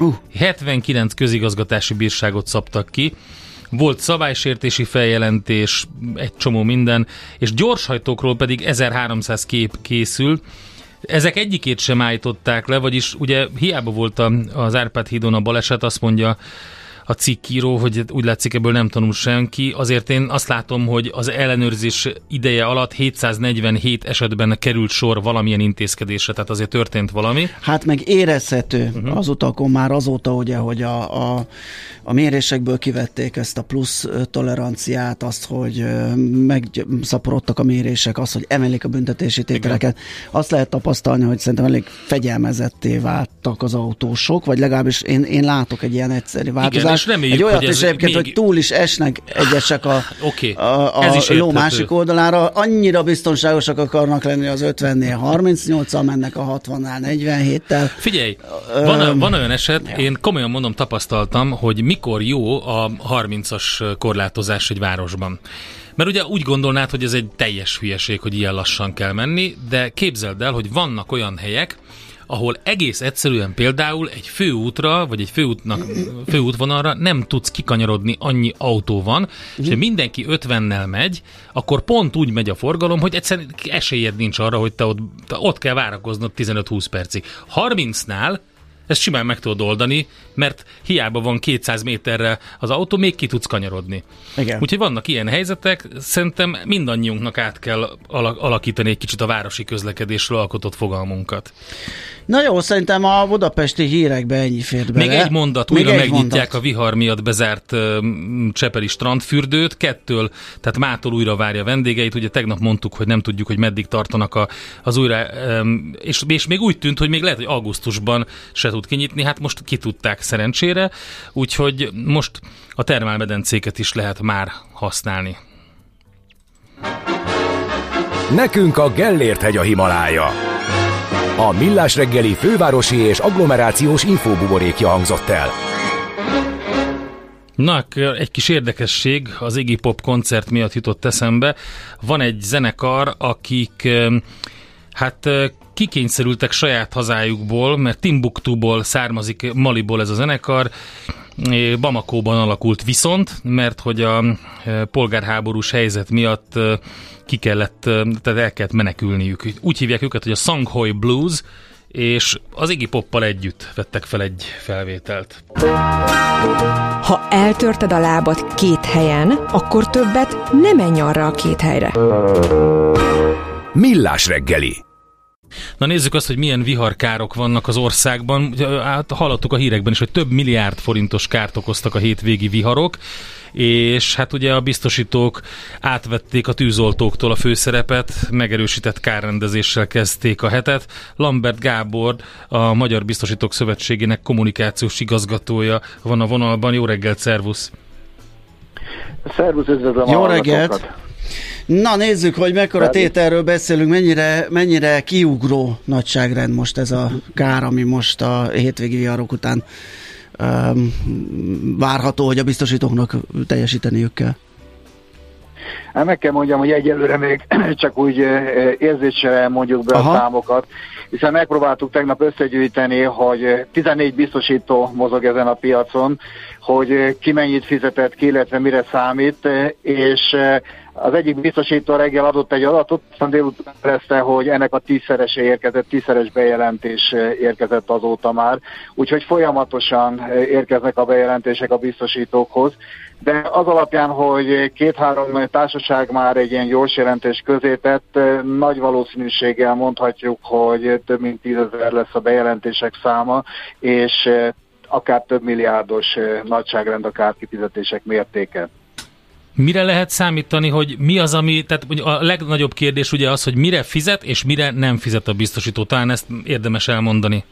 79 közigazgatási bírságot szabtak ki, volt szabálysértési feljelentés, egy csomó minden, és gyorshajtókról pedig 1300 kép készül. Ezek egyikét sem állították le, vagyis ugye hiába volt az Árpád hídon a baleset, azt mondja a cikkíró, hogy úgy látszik, ebből nem tanul senki. Azért én azt látom, hogy az ellenőrzés ideje alatt 747 esetben került sor valamilyen intézkedésre, tehát azért történt valami. Hát meg érezhető az utakon már azóta, ugye, hogy a mérésekből kivették ezt a plusz toleranciát, azt, hogy megszaporodtak a mérések, azt, hogy emelik a büntetési tételeket. Azt lehet tapasztalni, hogy szerintem elég fegyelmezetté váltak az autósok, vagy legalábbis én látok egy ilyen egyszerű változást. Reméljük, egy olyat hogy is egyébként, hogy túl is esnek egyesek a ló másik oldalára. Annyira biztonságosak akarnak lenni, az 50-nél 38-al mennek, a 60-nál 47-tel. Figyelj, van olyan eset, én komolyan mondom, tapasztaltam, hogy mikor jó a 30-as korlátozás egy városban. Mert ugye úgy gondolnád, hogy ez egy teljes hülyeség, hogy ilyen lassan kell menni, de képzeld el, hogy vannak olyan helyek, ahol egész egyszerűen például egy főútra, vagy egy főútvonalra nem tudsz kikanyarodni, annyi autó van, és ha mindenki 50-nel megy, akkor pont úgy megy a forgalom, hogy egyszerűen esélyed nincs arra, hogy te ott kell várakoznod 15-20 percig. 30-nál ezt simán meg tudod oldani, mert hiába van 200 méterre az autó, még ki tudsz kanyarodni. Igen. Úgyhogy vannak ilyen helyzetek, szerintem mindannyiunknak át kell alakítani egy kicsit a városi közlekedésről alkotott fogalmunkat. Na jó, szerintem a budapesti hírekbe ennyi fért bele. Még egy mondat, újra megnyitják a vihar miatt bezárt Csepeli strandfürdőt, tehát mától újra várja vendégeit, ugye tegnap mondtuk, hogy nem tudjuk, hogy meddig tartanak az újra, és még úgy tűnt, hogy még lehet, hogy augusztusban se tud kinyitni, hát most ki tudták szerencsére, úgyhogy most a termálmedencéket is lehet már használni. Nekünk a Gellért-hegy a Himalája. A Millás reggeli fővárosi és agglomerációs infóbuborékja hangzott el. Na, egy kis érdekesség az Iggy Pop koncert miatt jutott eszembe. Van egy zenekar, akik kikényszerültek saját hazájukból, mert Timbuktuból származik, Maliból ez a zenekar, Bamakóban alakult viszont, mert hogy a polgárháborús helyzet miatt tehát el kellett menekülniük. Úgy hívják őket, hogy a Sanghoy Blues, és az Iggy Poppal együtt vettek fel egy felvételt. Ha eltörted a lábad 2 helyen, akkor többet ne menj arra a 2 helyre. Millás reggeli. Na nézzük azt, hogy milyen viharkárok vannak az országban. Hát hallottuk a hírekben is, hogy több milliárd forintos kárt okoztak a hétvégi viharok, és hát ugye a biztosítók átvették a tűzoltóktól a főszerepet, megerősített kárrendezéssel kezdték a hetet. Lambert Gábor, a Magyar Biztosítók Szövetségének kommunikációs igazgatója van a vonalban. Jó reggelt, szervusz! Szervusz, üdvözlöm! Jó reggelt! Na nézzük, hogy mekkora tételről beszélünk, mennyire kiugró nagyságrend most ez a kár, ami most a hétvégi viharok után várható, hogy a biztosítóknak teljesíteniük kell. Hát meg kell mondjam, hogy egyelőre még csak úgy érzéssel mondjuk be a számokat, hiszen megpróbáltuk tegnap összegyűjteni, hogy 14 biztosító mozog ezen a piacon, hogy ki mennyit fizetett ki, illetve mire számít, és az egyik biztosító reggel adott egy adatot, aztán délután érezte, hogy ennek a 10-szerese érkezett, 10-szeres bejelentés érkezett azóta már, úgyhogy folyamatosan érkeznek a bejelentések a biztosítókhoz, de az alapján, hogy 2-3 társaság már egy ilyen gyors jelentés közé tett, nagy valószínűséggel mondhatjuk, hogy több mint 10 000 lesz a bejelentések száma, és akár több milliárdos nagyságrend a kárkifizetések mértéke. Mire lehet számítani, hogy mi az, tehát a legnagyobb kérdés ugye az, hogy mire fizet és mire nem fizet a biztosító. Talán ezt érdemes elmondani.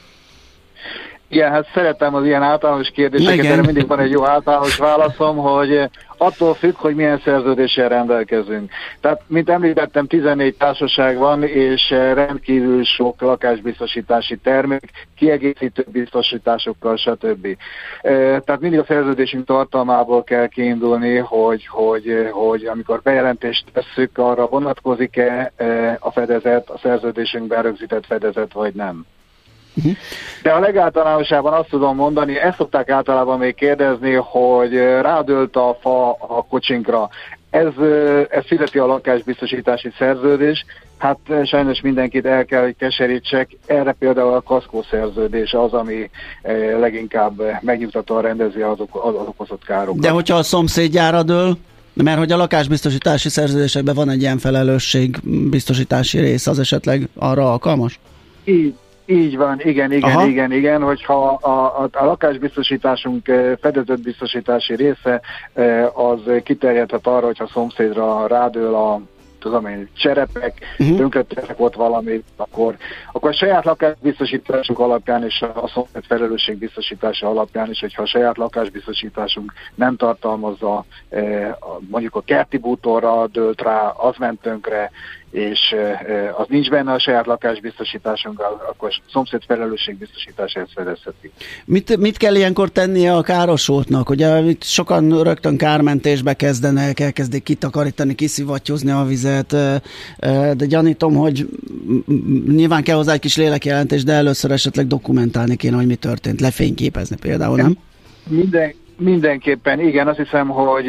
Igen, hát szeretem az ilyen általános kérdéseket, erre mindig van egy jó általános válaszom, hogy attól függ, hogy milyen szerződéssel rendelkezünk. Tehát, mint említettem, 14 társaság van, és rendkívül sok lakásbiztosítási termék, kiegészítő biztosításokkal, stb. Tehát mindig a szerződésünk tartalmából kell kiindulni, hogy amikor bejelentést tesszük, arra vonatkozik-e a fedezet, a szerződésünkben rögzített fedezet, vagy nem. De a legáltalánosában azt tudom mondani, ezt szokták általában még kérdezni, hogy rádölt a fa a kocsinkra. Ez fizeti a lakásbiztosítási szerződés, hát sajnos mindenkit el kell, hogy keserítsek. Erre például a kaszkószerződés az, ami leginkább megnyugtatóan rendezi az okozott károkat. De hogyha a szomszédjára dől, mert hogy a lakásbiztosítási szerződésekben van egy ilyen felelősségbiztosítási rész, az esetleg arra alkalmas? Így van, igen, hogyha a lakásbiztosításunk fedezett biztosítási része, az kiterjedhet arra, hogyha szomszédra rádől a cserepek, tönkretettek ott valamit, akkor a saját lakásbiztosításunk alapján és a szomszéd felelősségbiztosítása alapján is, hogyha a saját lakásbiztosításunk nem tartalmazza, mondjuk a kerti bútorra dőlt rá, az ment tönkre, és az nincs benne a saját lakásbiztosításunk, akkor szomszéd felelősségbiztosítás ezt fedezheti. Mit kell ilyenkor tennie a károsultnak? Ugye itt sokan rögtön kármentésbe kezdenek, elkezdik kitakarítani, kiszivattyúzni a vizet, de gyanítom, hogy nyilván kell hozzá egy kis lélekjelentés, de először esetleg dokumentálni kéne, hogy mi történt, lefényképezni például, nem? Mindenképpen, igen, azt hiszem, hogy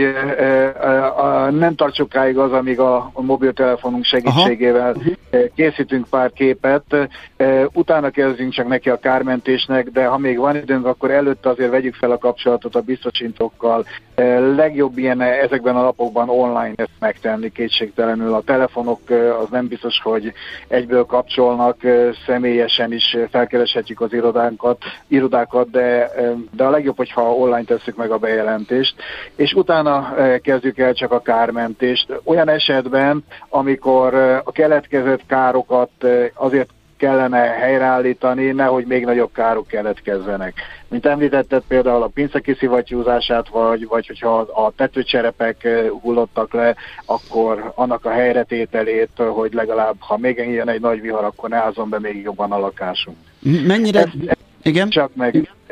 nem tart sokáig az, amíg a mobiltelefonunk segítségével készítünk pár képet, utána kezdünk csak neki a kármentésnek, de ha még van időnk, akkor előtte azért vegyük fel a kapcsolatot a biztosítókkal. Legjobb ilyen ezekben a napokban online ezt megtenni kétségtelenül. A telefonok az nem biztos, hogy egyből kapcsolnak, személyesen is felkereshetjük az irodákat, de a legjobb, hogyha online tesszük meg a bejelentést, és utána kezdjük el csak a kármentést. Olyan esetben, amikor a keletkezett károkat azért kellene helyreállítani, nehogy még nagyobb károk keletkezzenek. Mint említetted például a pince kiszivattyúzását, vagy hogyha a tetőcserepek hullottak le, akkor annak a helyretételét, hogy legalább, ha még jön egy nagy vihar, akkor ne ázzon be még jobban a lakásunk. Mennyire? Igen? Csak meg...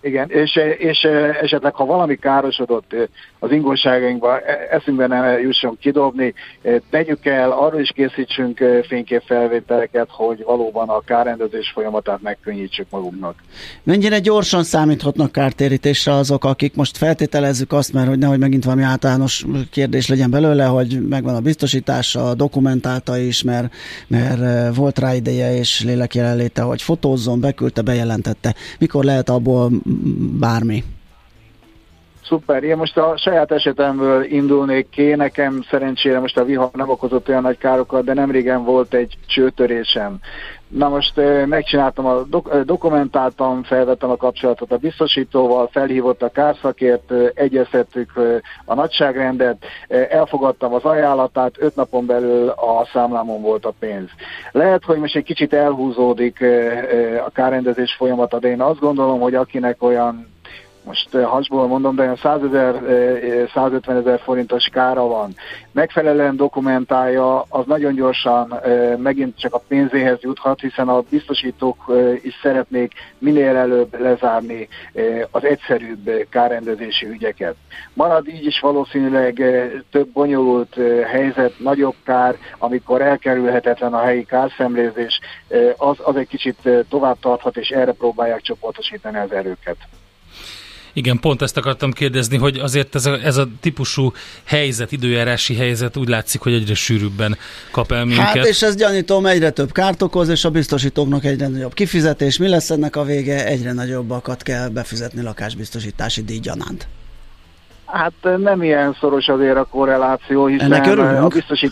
Igen, és esetleg, ha valami károsodott az ingóságainkba, eszünkbe ne jusson kidobni, tegyük el, arról is készítsünk fényképfelvételeket, hogy valóban a kárrendezés folyamatát megkönnyítsük magunknak. Mennyire gyorsan számíthatnak kártérítésre azok, akik most feltételezzük azt, mert hogy nehogy megint valami általános kérdés legyen belőle, hogy megvan a biztosítása, dokumentálta is, mert volt rá ideje és lélek jelenléte, hogy fotózzon, beküldte, bejelentette. Mikor lehet abból bármi? Szuper, én most a saját esetemből indulnék ki, nekem szerencsére most a vihar nem okozott olyan nagy károkat, de nemrégen volt egy csőtörésem. Na most megcsináltam, dokumentáltam, felvettem a kapcsolatot a biztosítóval, felhívott a kárszakért, egyeztettük a nagyságrendet, elfogadtam az ajánlatát, 5 napon belül a számlámon volt a pénz. Lehet, hogy most egy kicsit elhúzódik a kárrendezés folyamata, de én azt gondolom, hogy akinek olyan, most hasból mondom, de olyan 100 000, 150 000 forintos kára van, megfelelően dokumentálja, az nagyon gyorsan megint csak a pénzéhez juthat, hiszen a biztosítók is szeretnék minél előbb lezárni az egyszerűbb kárrendezési ügyeket. Marad így is valószínűleg több bonyolult helyzet, nagyobb kár, amikor elkerülhetetlen a helyi kárszemlézés, az egy kicsit tovább tarthat, és erre próbálják csoportosítani az erőket. Igen, pont ezt akartam kérdezni, hogy azért ez a típusú helyzet, időjárási helyzet úgy látszik, hogy egyre sűrűbben kap el minket. Hát és ez gyanítom egyre több kárt okoz, és a biztosítóknak egyre nagyobb kifizetés. Mi lesz ennek a vége? Egyre nagyobbakat kell befizetni lakásbiztosítási díj gyanánt. Hát nem ilyen szoros azért a korreláció, hiszen a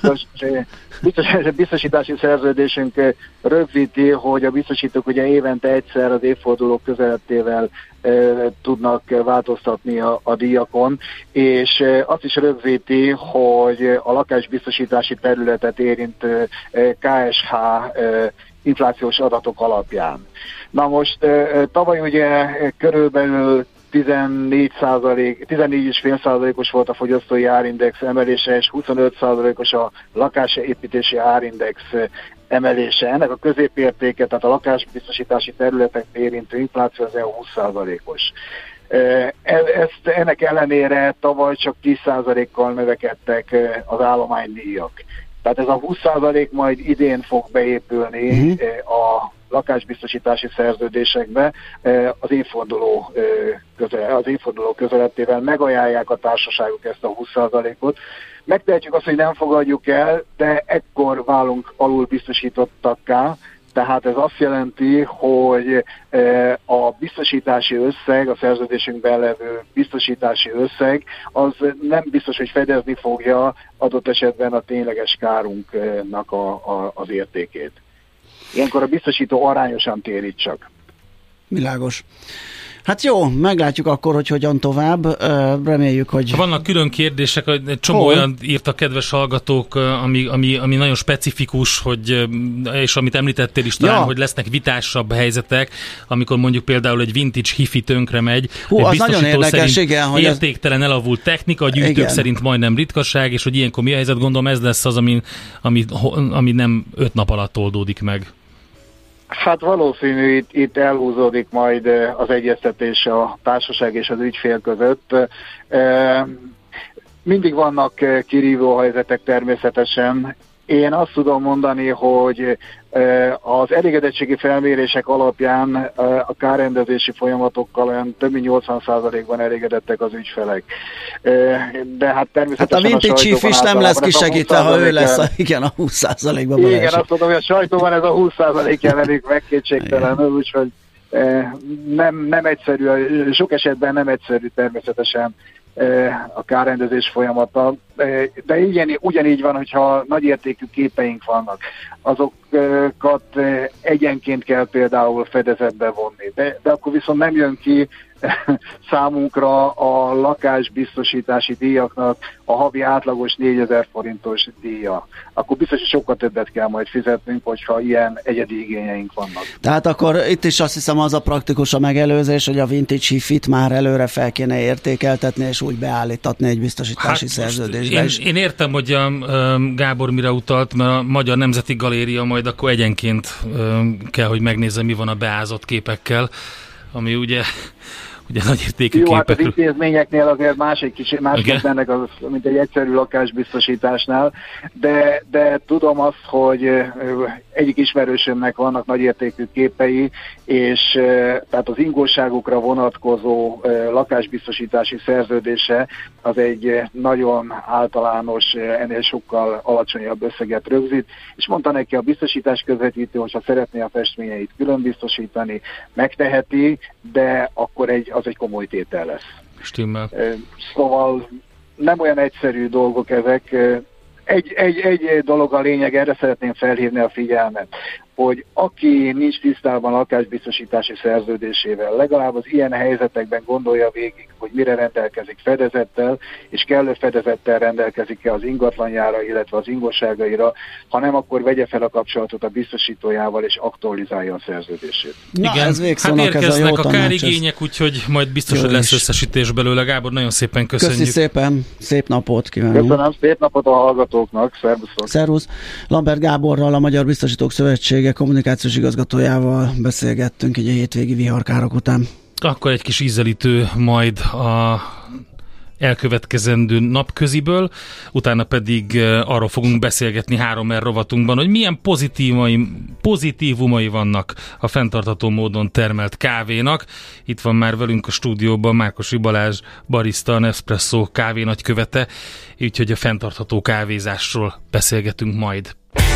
biztosítási szerződésünk rögzíti, hogy a biztosítók ugye évente egyszer az évfordulók közelettével tudnak változtatni a díjakon, és azt is rögzíti, hogy a lakásbiztosítási területet érintő KSH inflációs adatok alapján. Na most tavaly ugye körülbelül 14,5%-os volt a fogyasztói árindex emelése, és 25%-os a lakásépítési árindex emelése. Ennek a középértéke, tehát a lakásbiztosítási területek érintő infláció az 20%-os. Ennek ellenére tavaly csak 10%-kal növekedtek az állománydíjak. Tehát ez a 20% majd idén fog beépülni a lakásbiztosítási szerződésekbe az évforduló közelettével megajánlják a társaságok ezt a 20%-ot. Megtehetjük azt, hogy nem fogadjuk el, de ekkor válunk alul biztosítottakká, tehát ez azt jelenti, hogy a biztosítási összeg, a szerződésünkben levő biztosítási összeg, az nem biztos, hogy fedezni fogja adott esetben a tényleges kárunknak az értékét. Ilyenkor a biztosító arányosan térít csak. Világos. Hát jó, meglátjuk akkor, hogy hogyan tovább. Reméljük, hogy... Vannak külön kérdések, egy csomó olyan írtak kedves hallgatók, ami nagyon specifikus, hogy, és amit említettél is talán, hogy lesznek vitásabb helyzetek, amikor mondjuk például egy vintage hifi tönkre megy, egy biztosító szerint igen, értéktelen elavult technika, a gyűjtők szerint majdnem ritkaság, és hogy ilyenkor mi a helyzet, gondolom ez lesz az, ami nem 5 nap alatt oldódik meg. Hát valószínű itt elhúzódik majd az egyeztetés a társaság és az ügyfél között. Mindig vannak kirívó helyzetek természetesen. Én azt tudom mondani, hogy az elégedettségi felmérések alapján a kárrendezési folyamatokkal olyan több mint 80%-ban elégedettek az ügyfelek. De hát természetesen hát a vintage chief is nem lesz kisegítve, ha ő lesz a 20%-ban. Igen, azt mondom, hogy a sajtóban ez a 20% jelenik meg kétségtelenül, úgyhogy nem egyszerű, sok esetben nem egyszerű természetesen a kárrendezés folyamata, de ugyanígy van, hogyha nagyértékű képeink vannak, azokat egyenként kell például fedezetbe vonni, de akkor viszont nem jön ki számunkra a lakásbiztosítási díjaknak a havi átlagos 4000 forintos díja. Akkor biztos, hogy sokkal többet kell majd fizetnünk, hogyha ilyen egyedi igényeink vannak. Tehát akkor itt is azt hiszem az a praktikus a megelőzés, hogy a vintage hifit már előre fel kéne értékeltetni, és úgy beállítatni egy biztosítási szerződésbe. Én értem, hogy Gábor mire utalt, mert a Magyar Nemzeti Galéria majd akkor egyenként kell, hogy megnézze, mi van a beázott képekkel, ami ugye ugye nagyértékű jó, hát az képekről. intézményeknél azért más ennek az, mint egy egyszerű lakásbiztosításnál, de tudom azt, hogy egyik ismerősömnek vannak nagyértékű képei, és tehát az ingóságukra vonatkozó lakásbiztosítási szerződése az egy nagyon általános, ennél sokkal alacsonyabb összeget rögzít, és mondta neki a biztosítás közvetítő, hogyha szeretné a festményeit külön biztosítani, megteheti, de akkor az egy komoly tétel lesz. Stimmel. Szóval nem olyan egyszerű dolgok ezek. Egy dolog a lényeg, erre szeretném felhívni a figyelmet, hogy aki nincs tisztában a lakásbiztosítási szerződésével, legalább az ilyen helyzetekben gondolja végig, hogy mire rendelkezik fedezettel, és kellő fedezettel rendelkezik-e az ingatlanjára, illetve az ingóságaira, ha nem, akkor vegye fel a kapcsolatot a biztosítójával, és aktualizálja a szerződését. Na, igen, ez hát érkeznek a kárigények, úgyhogy majd biztos, hogy lesz összesítés belőle. Gábor, nagyon szépen köszönjük. Köszi szépen, szép napot kívánunk. Köszönöm, szép napot a hallgatóknak, szervusztok. Szervusz. Lambert Gáborral, a Magyar Biztosítók Szövetsége kommunikációs igazgatójával beszélgettünk egy hétvégi viharkárok után. Akkor egy kis ízelítő majd a elkövetkezendő napköziből, utána pedig arról fogunk beszélgetni 3R rovatunkban, hogy milyen pozitívumai vannak a fenntartható módon termelt kávénak. Itt van már velünk a stúdióban Márkosi Balázs barista, a Nespresso kávé nagykövete, úgyhogy a fenntartható kávézásról beszélgetünk majd.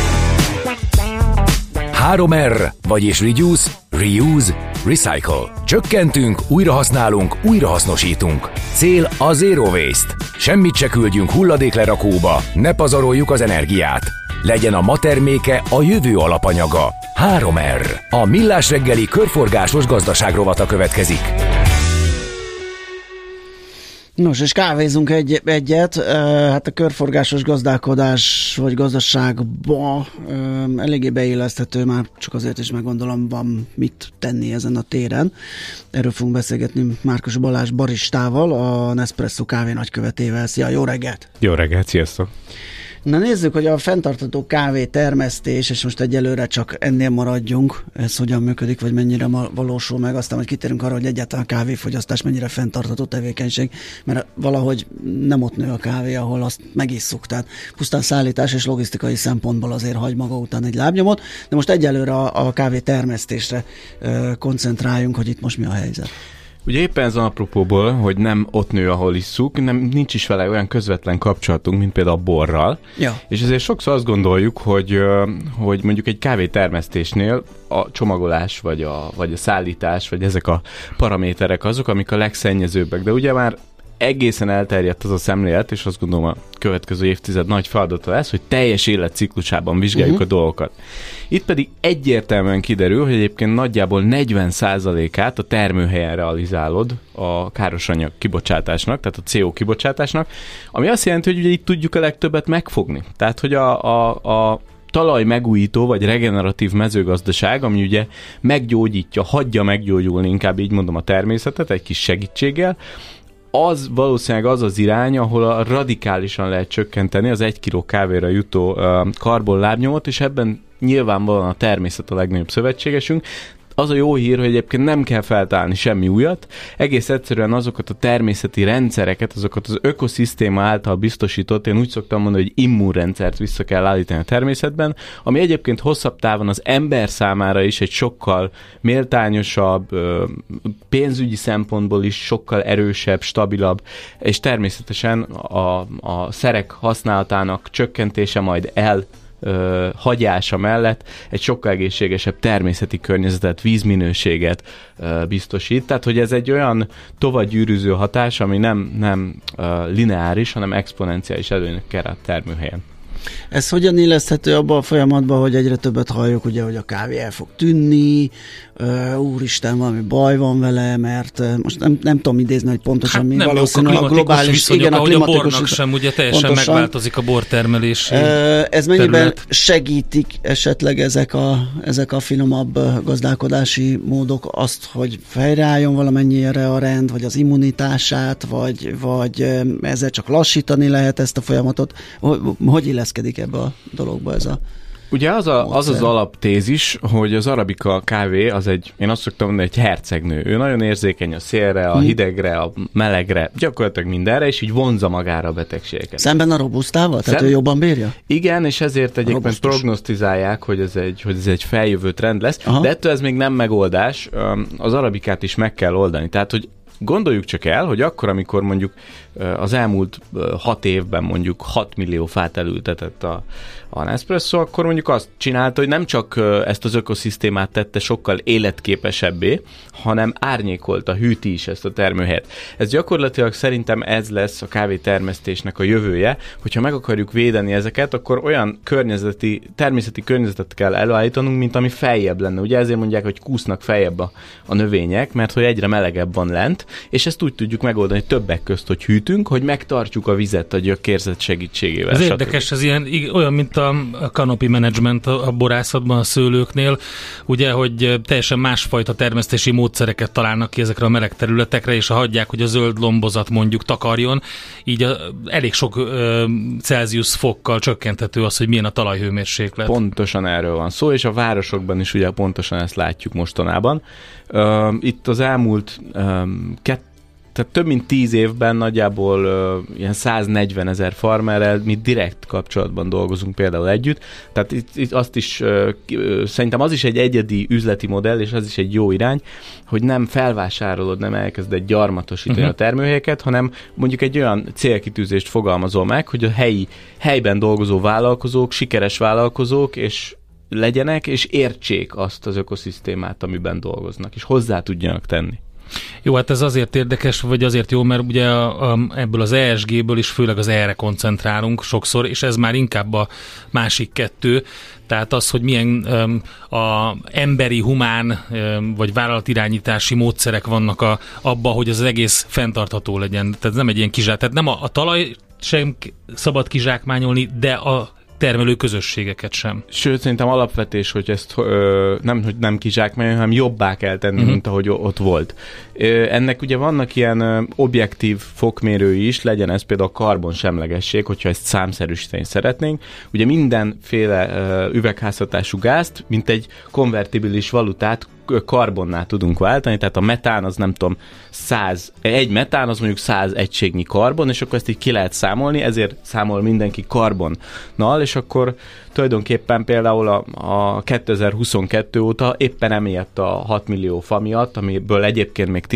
3R, vagyis Reduce, Reuse, Recycle. Csökkentünk, újrahasználunk, újrahasznosítunk. Cél a Zero Waste. Semmit se küldjünk hulladéklerakóba, ne pazaroljuk az energiát. Legyen a ma terméke a jövő alapanyaga. 3R. A Millás reggeli körforgásos gazdaság rovata következik. Nos, és kávézunk egyet, hát a körforgásos gazdálkodás vagy gazdaságba eléggé beilleszthető, már csak azért is meggondolom, van mit tenni ezen a téren. Erről fogunk beszélgetni Márkos Balázs baristával, a Nespresso kávé nagykövetével. Szia, jó reggelt! Jó reggelt, sziasztok! Na nézzük, hogy a fenntartható kávé termesztés, és most egyelőre csak ennél maradjunk, ez hogyan működik, vagy mennyire valósul meg, aztán hogy kitérünk arra, hogy egyáltalán a kávéfogyasztás mennyire fenntartható tevékenység, mert valahogy nem ott nő a kávé, ahol azt megisszuk, tehát pusztán szállítás és logisztikai szempontból azért hagy maga után egy lábnyomot, de most egyelőre a kávé termesztésre koncentráljunk, hogy itt most mi a helyzet. Ugye éppen ez az apropóból, hogy nem ott nő, ahol isszuk, nincs is vele olyan közvetlen kapcsolatunk, mint például a borral. Ja. És ezért sokszor azt gondoljuk, hogy mondjuk egy kávétermesztésnél a csomagolás, vagy a szállítás, vagy ezek a paraméterek azok, amik a legszennyezőbbek. De ugye már egészen elterjedt az a szemlélet, és azt gondolom a következő évtized nagy feladata lesz, hogy teljes életciklusában vizsgáljuk a dolgokat. Itt pedig egyértelműen kiderül, hogy egyébként nagyjából 40%-át a termőhelyen realizálod a károsanyag kibocsátásnak, tehát a CO kibocsátásnak, ami azt jelenti, hogy ugye itt tudjuk a legtöbbet megfogni. Tehát, hogy a talaj megújító vagy regeneratív mezőgazdaság, ami ugye meggyógyítja, hagyja meggyógyulni, inkább így mondom, a természetet egy kis segítséggel, az valószínűleg az az irány, ahol radikálisan lehet csökkenteni az 1 kiló kávéra jutó karbonlábnyomot, és ebben nyilvánvalóan a természet a legnagyobb szövetségesünk. Az a jó hír, hogy egyébként nem kell feltalálni semmi újat, egész egyszerűen azokat a természeti rendszereket, azokat az ökoszisztéma által biztosított, én úgy szoktam mondani, hogy immunrendszert vissza kell állítani a természetben, ami egyébként hosszabb távon az ember számára is egy sokkal méltányosabb, pénzügyi szempontból is sokkal erősebb, stabilabb, és természetesen a szerek használatának csökkentése majd hagyása mellett egy sokkal egészségesebb természeti környezetet, vízminőséget biztosít. Tehát, hogy ez egy olyan tovagyűrűző hatás, ami nem lineáris, hanem exponenciális előnyökkel a termőhelyen. Ez hogyan illeszthető abba a folyamatban, hogy egyre többet halljuk, ugye, hogy a kávé el fog tűnni, úristen, valami baj van vele, mert most nem tudom idézni, hogy pontosan mi, valószínűleg a globális viszonyok, igen, a klimatikus bornak sem ugye teljesen pontosan megváltozik a bortermelés. Ez mennyiben segítik esetleg ezek a finomabb gazdálkodási módok azt, hogy fejreálljon valamennyire a rend, vagy az immunitását, vagy ezzel csak lassítani lehet ezt a folyamatot? Hogy illeszkedik ebbe a dologba ez a Ugye az az alaptézis, hogy az arabika kávé az én azt szoktam mondani, egy hercegnő. Ő nagyon érzékeny a szélre, a hidegre, a melegre, gyakorlatilag mindenre, és így vonza magára a betegségeket. Szemben a robusztával? Tehát ő jobban bírja? Igen, és ezért egyébként prognosztizálják, hogy ez egy feljövő trend lesz, de ettől ez még nem megoldás, az arabikát is meg kell oldani. Tehát, hogy gondoljuk csak el, hogy akkor, amikor mondjuk az elmúlt 6 évben mondjuk 6 millió fát elültetett a Nespresso, akkor mondjuk azt csinálta, hogy nem csak ezt az ökoszisztémát tette sokkal életképesebbé, hanem árnyékolta, hűti is ezt a termőhelyet. Ez gyakorlatilag szerintem ez lesz a kávétermesztésnek a jövője, hogyha meg akarjuk védeni ezeket, akkor olyan természeti környezetet kell előállítanunk, mint ami feljebb lenne. Ugye ezért mondják, hogy kúsznak feljebb a növények, mert hogy egyre melegebb van lent, és ezt úgy tudjuk megoldani többek közt, hogy hűtünk, hogy megtartjuk a vizet a gyökérzet segítségével. Ez érdekes, ez olyan, mint a canopy management a borászatban, a szőlőknél, ugye, hogy teljesen másfajta termesztési módszereket találnak ki ezekre a meleg területekre, és ha hagyják, hogy a zöld lombozat mondjuk takarjon, így elég sok Celsius fokkal csökkenthető az, hogy milyen a talajhőmérséklet. Pontosan erről van szó, és a városokban is ugye pontosan ezt látjuk mostanában. Itt az elmúlt tehát több mint 10 évben nagyjából ilyen 140 000 farmerrel mi direkt kapcsolatban dolgozunk például együtt. Tehát itt azt is, szerintem az is egy egyedi üzleti modell, és az is egy jó irány, hogy nem felvásárolod, nem elkezded gyarmatosítani a termőhelyeket, hanem mondjuk egy olyan célkitűzést fogalmazol meg, hogy a helyben dolgozó vállalkozók, sikeres vállalkozók, és legyenek, és értsék azt az ökoszisztémát, amiben dolgoznak, és hozzá tudjanak tenni. Jó, hát ez azért érdekes, vagy azért jó, mert ugye ebből az ESG-ből is főleg az erre koncentrálunk sokszor, és ez már inkább a másik kettő, tehát az, hogy milyen a emberi, humán vagy vállalatirányítási módszerek vannak abba, hogy az egész fenntartható legyen. Tehát nem egy ilyen tehát nem a talaj sem szabad kizsákmányolni, de a termelő közösségeket sem. Sőt, szerintem alapvetés, hogy ezt nem kizsákmányolni, hanem jobbá kell tenni, mint ahogy ott volt. Ennek ugye vannak ilyen objektív fokmérői is, legyen ez például a karbonsemlegesség, hogyha ezt számszerűsíteni szeretnénk. Ugye mindenféle üvegházhatású gázt, mint egy konvertibilis valutát karbonnál tudunk váltani, tehát a metán az nem tudom, egy metán az mondjuk 100 egységnyi karbon, és akkor ezt így ki lehet számolni, ezért számol mindenki karbonnal, és akkor tulajdonképpen például a 2022 óta éppen emiatt a 6 millió fa miatt, amiből egyébként még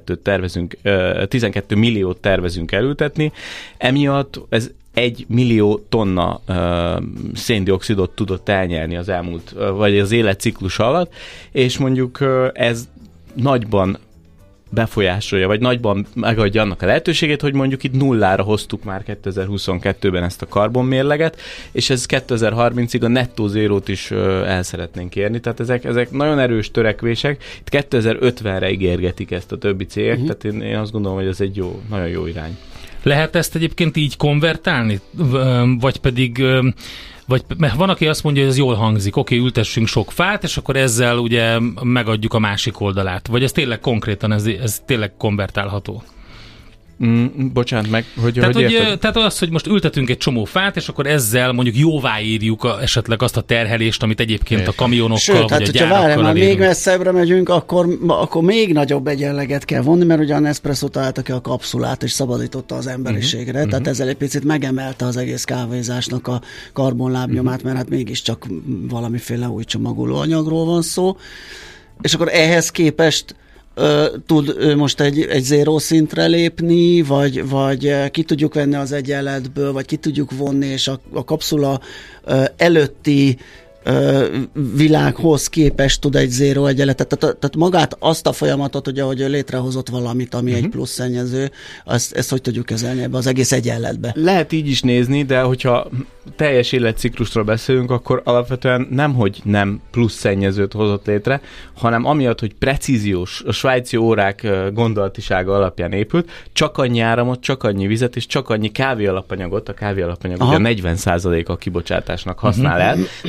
12 milliót tervezünk elültetni, emiatt ez 1 millió tonna széndioxidot tudott elnyelni az elmúlt, vagy az életciklus alatt, és mondjuk ez nagyban befolyásolja, vagy nagyban megadja annak a lehetőségét, hogy mondjuk itt nullára hoztuk már 2022-ben ezt a karbonmérleget, és ez 2030-ig a nettó zérót is el szeretnénk érni, tehát ezek nagyon erős törekvések. Itt 2050-re ígérgetik ezt a többi cégek, tehát én azt gondolom, hogy ez egy nagyon jó irány. Lehet ezt egyébként így konvertálni? Vagy pedig mert van, aki azt mondja, hogy ez jól hangzik, oké, ültessünk sok fát, és akkor ezzel ugye megadjuk a másik oldalát. Vagy ez tényleg konkrétan, ez tényleg konvertálható? Bocsánat meg, tehát az, hogy most ültetünk egy csomó fát, és akkor ezzel mondjuk jóváírjuk esetleg azt a terhelést, amit egyébként a kamionokkal, sőt, vagy a gyárakkal elérünk. Még messzebbre megyünk, akkor még nagyobb egyenleget kell vonni, mert ugye a Nespresso találta ki a kapszulát, és szabadította az emberiségre, tehát ezzel egy picit megemelte az egész kávézásnak a karbonlábnyomát, mert hát mégiscsak valamiféle új csomagolóanyagról van szó. És akkor ehhez képest tud most egy zéró szintre lépni, vagy ki tudjuk venni az egyenletből, vagy ki tudjuk vonni, és a kapszula előtti világhoz képest tud egy zéró egyenletet, tehát magát azt a folyamatot, ugye, hogy ő létrehozott valamit, ami egy plusz szennyező, ezt hogy tudjuk kezelni ebbe az egész egyenletbe? Lehet így is nézni, de hogyha teljes életciklusról beszélünk, akkor alapvetően nem plusz szennyezőt hozott létre, hanem amiatt, hogy precíziós, a svájci órák gondolatisága alapján épült, csak annyi áramot, csak annyi vizet, és csak annyi kávéalapanyagot, a kávéalapanyag ugye 40% a kibocsátásnak használ el, tehát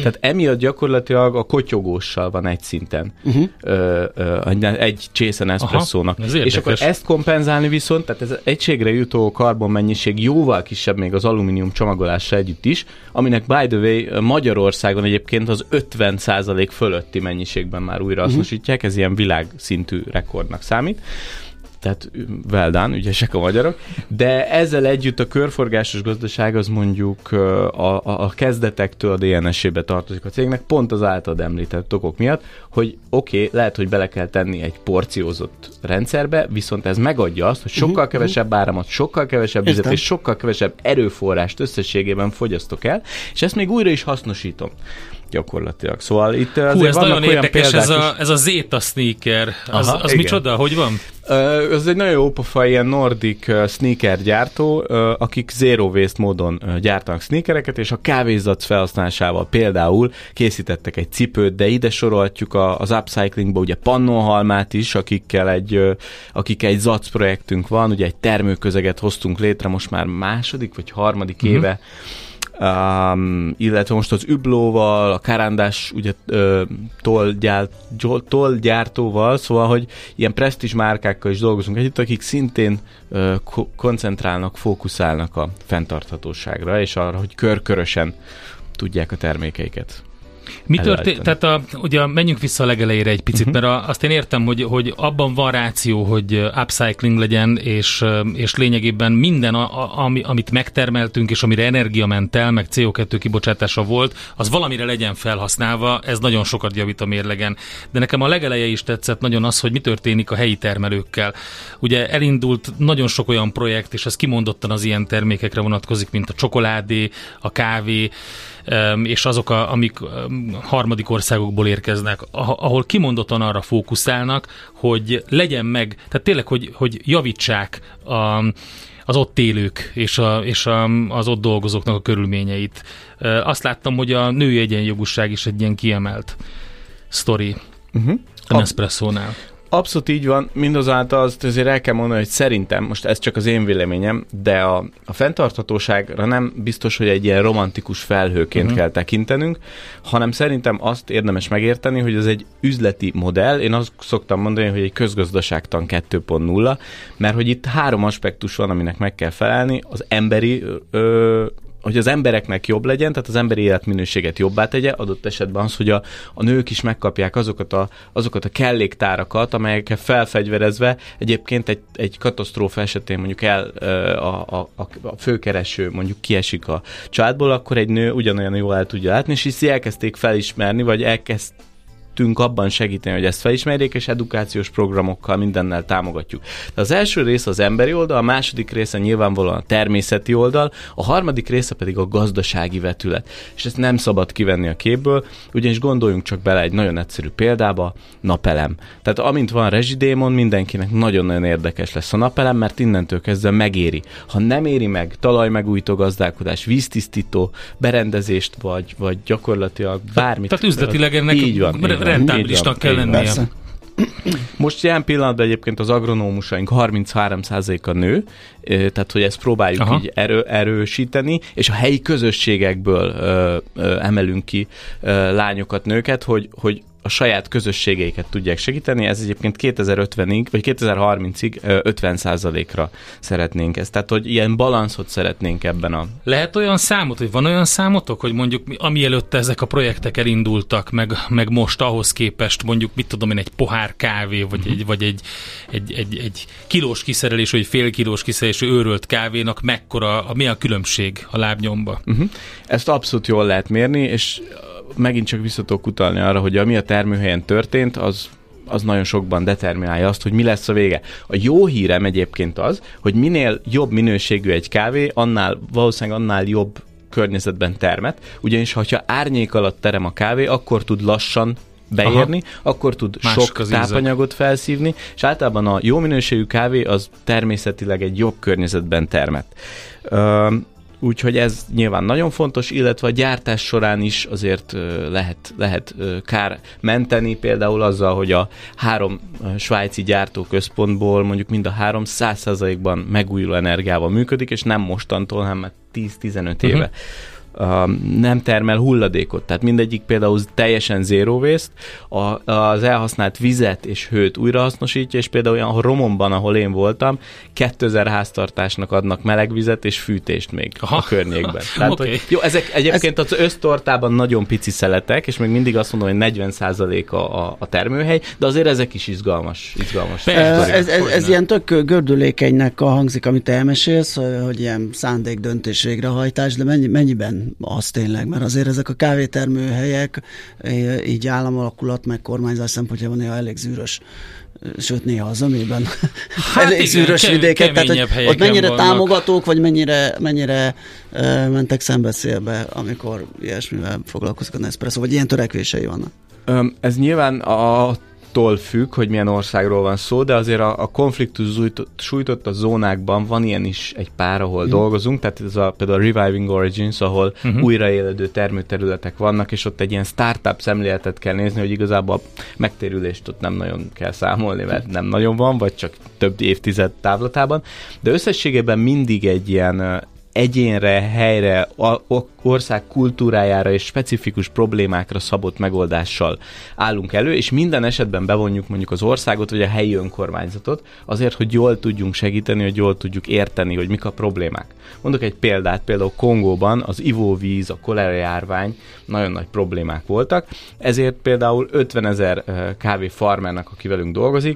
emiatt gyakorlatilag a kotyogóssal van egy szinten. Egy csésze Nespresso-nak. És akkor ezt kompenzálni viszont, tehát ez egységre jutó karbonmennyiség jóval kisebb még az alumínium csomagolással együtt is, aminek by the way Magyarországon egyébként az 50% fölötti mennyiségben már újrahasznosítják, ez ilyen világszintű rekordnak számít. Tehát well done, ügyesek a magyarok, de ezzel együtt a körforgásos gazdaság az mondjuk a kezdetektől a DNS-ébe tartozik a cégnek, pont az általad említett okok miatt, hogy oké, lehet, hogy bele kell tenni egy porciózott rendszerbe, viszont ez megadja azt, hogy sokkal kevesebb áramot, sokkal kevesebb vizet és sokkal kevesebb erőforrást összességében fogyasztok el, és ezt még újra is hasznosítom. Gyakorlatilag. Szóval itt azért ez nagyon érdekes, ez a Zeta sneaker. Az micsoda? Hogy van? Ez egy nagyon jó pofa, ilyen nordic sneaker gyártó, akik zero waste módon gyártanak sneakereket, és a kávézac felhasználásával például készítettek egy cipőt, de ide sorolhatjuk az upcyclingba ugye Pannonhalmát is, akik egy zac projektünk van, ugye egy termőközeget hoztunk létre most már második vagy harmadik éve, illetve most az Üblóval, a Karandás ugye tollgyártóval, szóval, hogy ilyen presztízs márkákkal is dolgozunk együtt, akik szintén koncentrálnak, fókuszálnak a fenntarthatóságra, és arra, hogy körkörösen tudják a termékeiket. Mi történt? Tehát ugye menjünk vissza a legelejére egy picit, mert azt én értem, hogy abban van ráció, hogy upcycling legyen, és lényegében minden, amit megtermeltünk, és amire energia ment el, meg CO2 kibocsátása volt, az valamire legyen felhasználva, ez nagyon sokat javít a mérlegen. De nekem a legeleje is tetszett nagyon az, hogy mi történik a helyi termelőkkel. Ugye elindult nagyon sok olyan projekt, és ez kimondottan az ilyen termékekre vonatkozik, mint a csokoládé, a kávé, és azok, amik harmadik országokból érkeznek, ahol kimondottan arra fókuszálnak, hogy legyen meg, tehát tényleg, hogy javítsák az ott élők és az ott dolgozóknak a körülményeit. Azt láttam, hogy a női egyenjogúság is egy ilyen kiemelt sztori a Nespresso-nál. Abszolút így van, mindazáltal azt azért el kell mondani, hogy szerintem, most ez csak az én véleményem, de a fenntarthatóságra nem biztos, hogy egy ilyen romantikus felhőként kell tekintenünk, hanem szerintem azt érdemes megérteni, hogy ez egy üzleti modell. Én azt szoktam mondani, hogy egy közgazdaságtan 2.0, mert hogy itt 3 aspektus van, aminek meg kell felelni, az emberi hogy az embereknek jobb legyen, tehát az emberi életminőséget jobbá tegye, adott esetben az, hogy a nők is megkapják azokat a kelléktárakat, amelyekkel felfegyverezve egyébként egy katasztrófa esetén mondjuk a főkereső mondjuk kiesik a családból, akkor egy nő ugyanolyan jól el tudja látni, és így elkezdték felismerni, vagy elkezdtünk abban segíteni, hogy ezt felismerjék, és edukációs programokkal mindennel támogatjuk. De az első rész az emberi oldal, a második része nyilvánvalóan a természeti oldal, a harmadik része pedig a gazdasági vetület. És ezt nem szabad kivenni a képből, ugyanis gondoljunk csak bele egy nagyon egyszerű példába, napelem. Tehát amint van rezsidémon, mindenkinek nagyon-nagyon érdekes lesz a napelem, mert innentől kezdve megéri. Ha nem éri meg talajmegújtó gazdálkodás, víztisztító berendezést, vagy gyakorlatilag bármit. Tehát üzletileg ennek így van. Rentábilisnak kell lennie. Persze. Most ilyen pillanatban egyébként az agronómusaink 33%-a nő, tehát hogy ezt próbáljuk így erősíteni, és a helyi közösségekből emelünk ki lányokat, nőket, hogy a saját közösségeiket tudják segíteni. Ez egyébként 2050-ig, vagy 2030-ig 50%-ra szeretnénk ezt. Tehát, hogy ilyen balanszot szeretnénk ebben a... Lehet olyan számot, hogy van olyan számotok, hogy mondjuk amielőtt ezek a projektek elindultak, meg most ahhoz képest mondjuk, mit tudom én, egy pohár kávé, vagy egy kilós kiszerelés, vagy fél kilós kiszerelésű őrölt kávénak mi a különbség a lábnyomba? Ezt abszolút jól lehet mérni, és megint csak vissza tudok utalni arra, hogy ami a termőhelyen történt, az nagyon sokban determinálja azt, hogy mi lesz a vége. A jó hírem egyébként az, hogy minél jobb minőségű egy kávé, valószínűleg jobb környezetben termet, ugyanis ha árnyék alatt terem a kávé, akkor tud lassan beérni, akkor tud sok tápanyagot felszívni, és általában a jó minőségű kávé az természetileg egy jobb környezetben termet. Úgyhogy ez nyilván nagyon fontos, illetve a gyártás során is azért lehet kár menteni, például azzal, hogy a 3 svájci gyártóközpontból mondjuk mind a 3 100%-ban megújuló energiával működik, és nem mostantól, hanem 10-15 éve. nem termel hulladékot, tehát mindegyik például teljesen zero waste, az elhasznált vizet és hőt újrahasznosítja, és például olyan Romonban, ahol én voltam, 2000 háztartásnak adnak melegvizet és fűtést még a környékben. Tehát, Okay. jó, ezek egyébként az össztortában nagyon pici szeletek, és még mindig azt mondom, hogy 40% a termőhely, de azért ezek is izgalmas. Ez ilyen tök gördülékenynek hangzik, amit te elmesélsz, hogy ilyen szándékdöntés végrehajtás, de mennyiben az tényleg? Mert azért ezek a kávétermőhelyek így államalakulat meg kormányzás szempontjából néha elég zűrös, sőt néha a zömében elég zűrös vidéket. Tehát, hogy ott mennyire vannak támogatók, vagy mennyire mentek szembeszélbe, amikor ilyesmivel foglalkozik a Nespresso, vagy ilyen törekvései vannak? Ez nyilván attól függ, hogy milyen országról van szó, de azért a konfliktus sújtott a zónákban van ilyen is egy pár, ahol dolgozunk, tehát ez például a Reviving Origins, ahol újraéledő termőterületek vannak, és ott egy ilyen startup szemléletet kell nézni, hogy igazából a megtérülést ott nem nagyon kell számolni, mert nem nagyon van, vagy csak több évtized távlatában, de összességében mindig egy ilyen egyénre, helyre, ország kultúrájára és specifikus problémákra szabott megoldással állunk elő, és minden esetben bevonjuk mondjuk az országot, vagy a helyi önkormányzatot, azért, hogy jól tudjunk segíteni, hogy jól tudjuk érteni, hogy mik a problémák. Mondok egy példát, például Kongóban az ivóvíz, a kolera járvány nagyon nagy problémák voltak, ezért például 50 000 kávéfarmernek, aki velünk dolgozik,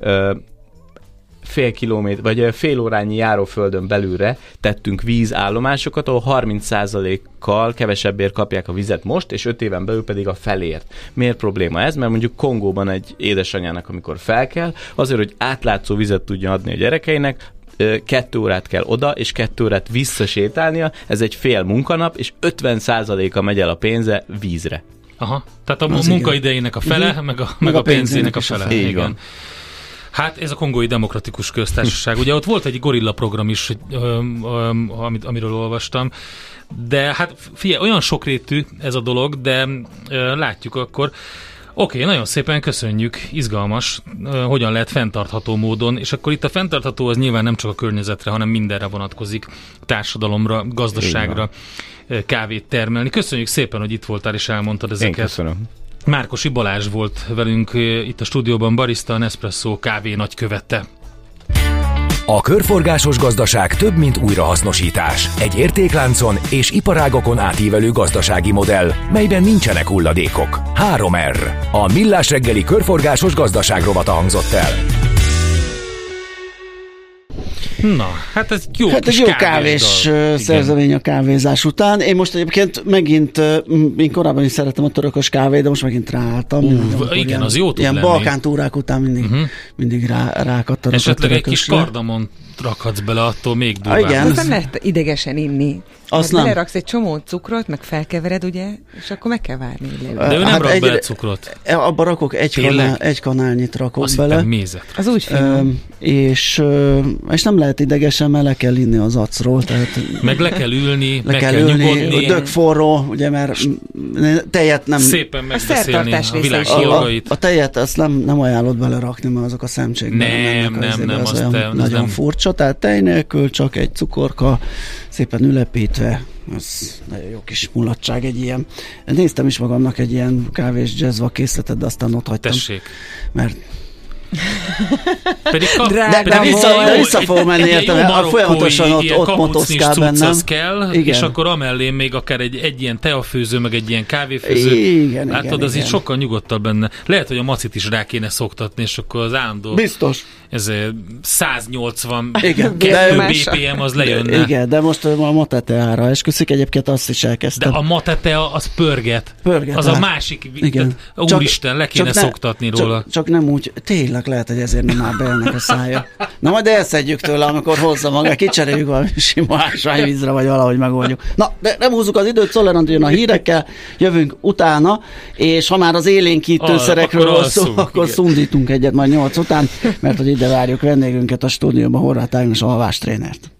fél órányi járóföldön belülre tettünk vízállomásokat, ahol 30%-kal kevesebbért kapják a vizet most, és 5 éven belül pedig a felért. Miért probléma ez? Mert mondjuk Kongóban egy édesanyának, amikor fel kell, azért, hogy átlátszó vizet tudja adni a gyerekeinek, 2 órát kell oda, és 2 órát visszasétálnia, ez egy fél munkanap, és 50%-a megy el a pénze vízre. Aha, tehát a munkaidejének a fele, meg a pénzének a fele. Így van. Hát ez a Kongói Demokratikus Köztársaság. Ugye ott volt egy gorilla program is, amiről olvastam, de hát figyelj, olyan sokrétű ez a dolog, de látjuk akkor. Oké, nagyon szépen köszönjük, izgalmas, hogyan lehet fenntartható módon, és akkor itt a fenntartható az nyilván nem csak a környezetre, hanem mindenre vonatkozik, társadalomra, gazdaságra kávét termelni. Köszönjük szépen, hogy itt voltál és elmondtad ezeket. Én köszönöm. Márkosi Balázs volt velünk itt a stúdióban, barista, a Nespresso kávé nagykövete. A körforgásos gazdaság több, mint újrahasznosítás. Egy értékláncon és iparágokon átívelő gazdasági modell, melyben nincsenek hulladékok. 3R. A Millás reggeli körforgásos gazdaság rovata hangzott el. Na, hát ez jó kávés szerzemény a kávézás után. Én most egyébként megint, én korábban is szeretem a törökös kávét, de most megint ráálltam. Igen, ilyen, az jó tud ilyen lenni. Balkántúrák után mindig rákattarok. Esetleg egy kis kardamont rakhatsz bele, attól még durvább. Igen. Azt nem lehet idegesen inni. Azt nem. Beleraksz egy csomó cukrot, meg felkevered, ugye, és akkor meg kell várni. De ő nem rak bele cukrot. Abba rakok egy kanálnyit rakok azt bele. Mézet. Az úgy finom. És nem lehet idegesen, mert le kell inni az acról. Tehát meg le kell ülni, meg kell nyugodni. Dög forró, ugye, mert tejet nem... Szépen megbeszélni a világ jogait. A tejet azt nem ajánlott belerakni, mert azok a szemcségben nem, az nagyon furcsa. Tehát tej nélkül csak egy cukorka, szépen ülepítve, az nagyon jó kis mulatság egy ilyen. Néztem is magamnak egy ilyen kávés jazzva készletet, de aztán ott hagytam. Tessék. Mert de vissza fogom menni, értem, folyamatosan ott motoszkál bennem. Kell, és akkor amellé még akár egy ilyen teafőző, meg egy ilyen kávéfőző. Igen, látod, az így sokkal nyugodtabb benne. Lehet, hogy a macit is rá kéne szoktatni, és akkor az állandó... Biztos. Ez 180 BPM az lejönne. Igen, de most a mateteára esküszik, egyébként azt is elkezdtem. De a matetea az pörget. Az a másik, úristen, le kéne szoktatni róla. Csak nem úgy, tényleg lehet, hogy ezért nem áll be ennek a szája. Na majd elszedjük tőle, amikor hozza magát, kicseréljük valami sima ásványvízre, vagy valahogy megoldjuk. Na, de nem húzzuk az időt, Czoller jön a hírekkel, jövünk utána, és ha már az élénkítőszerekről van szó, akkor szundítunk egyet majd 8 után, mert hogy ide várjuk vendégünket a stúdióban, Horváth Ágnes alvástrénert.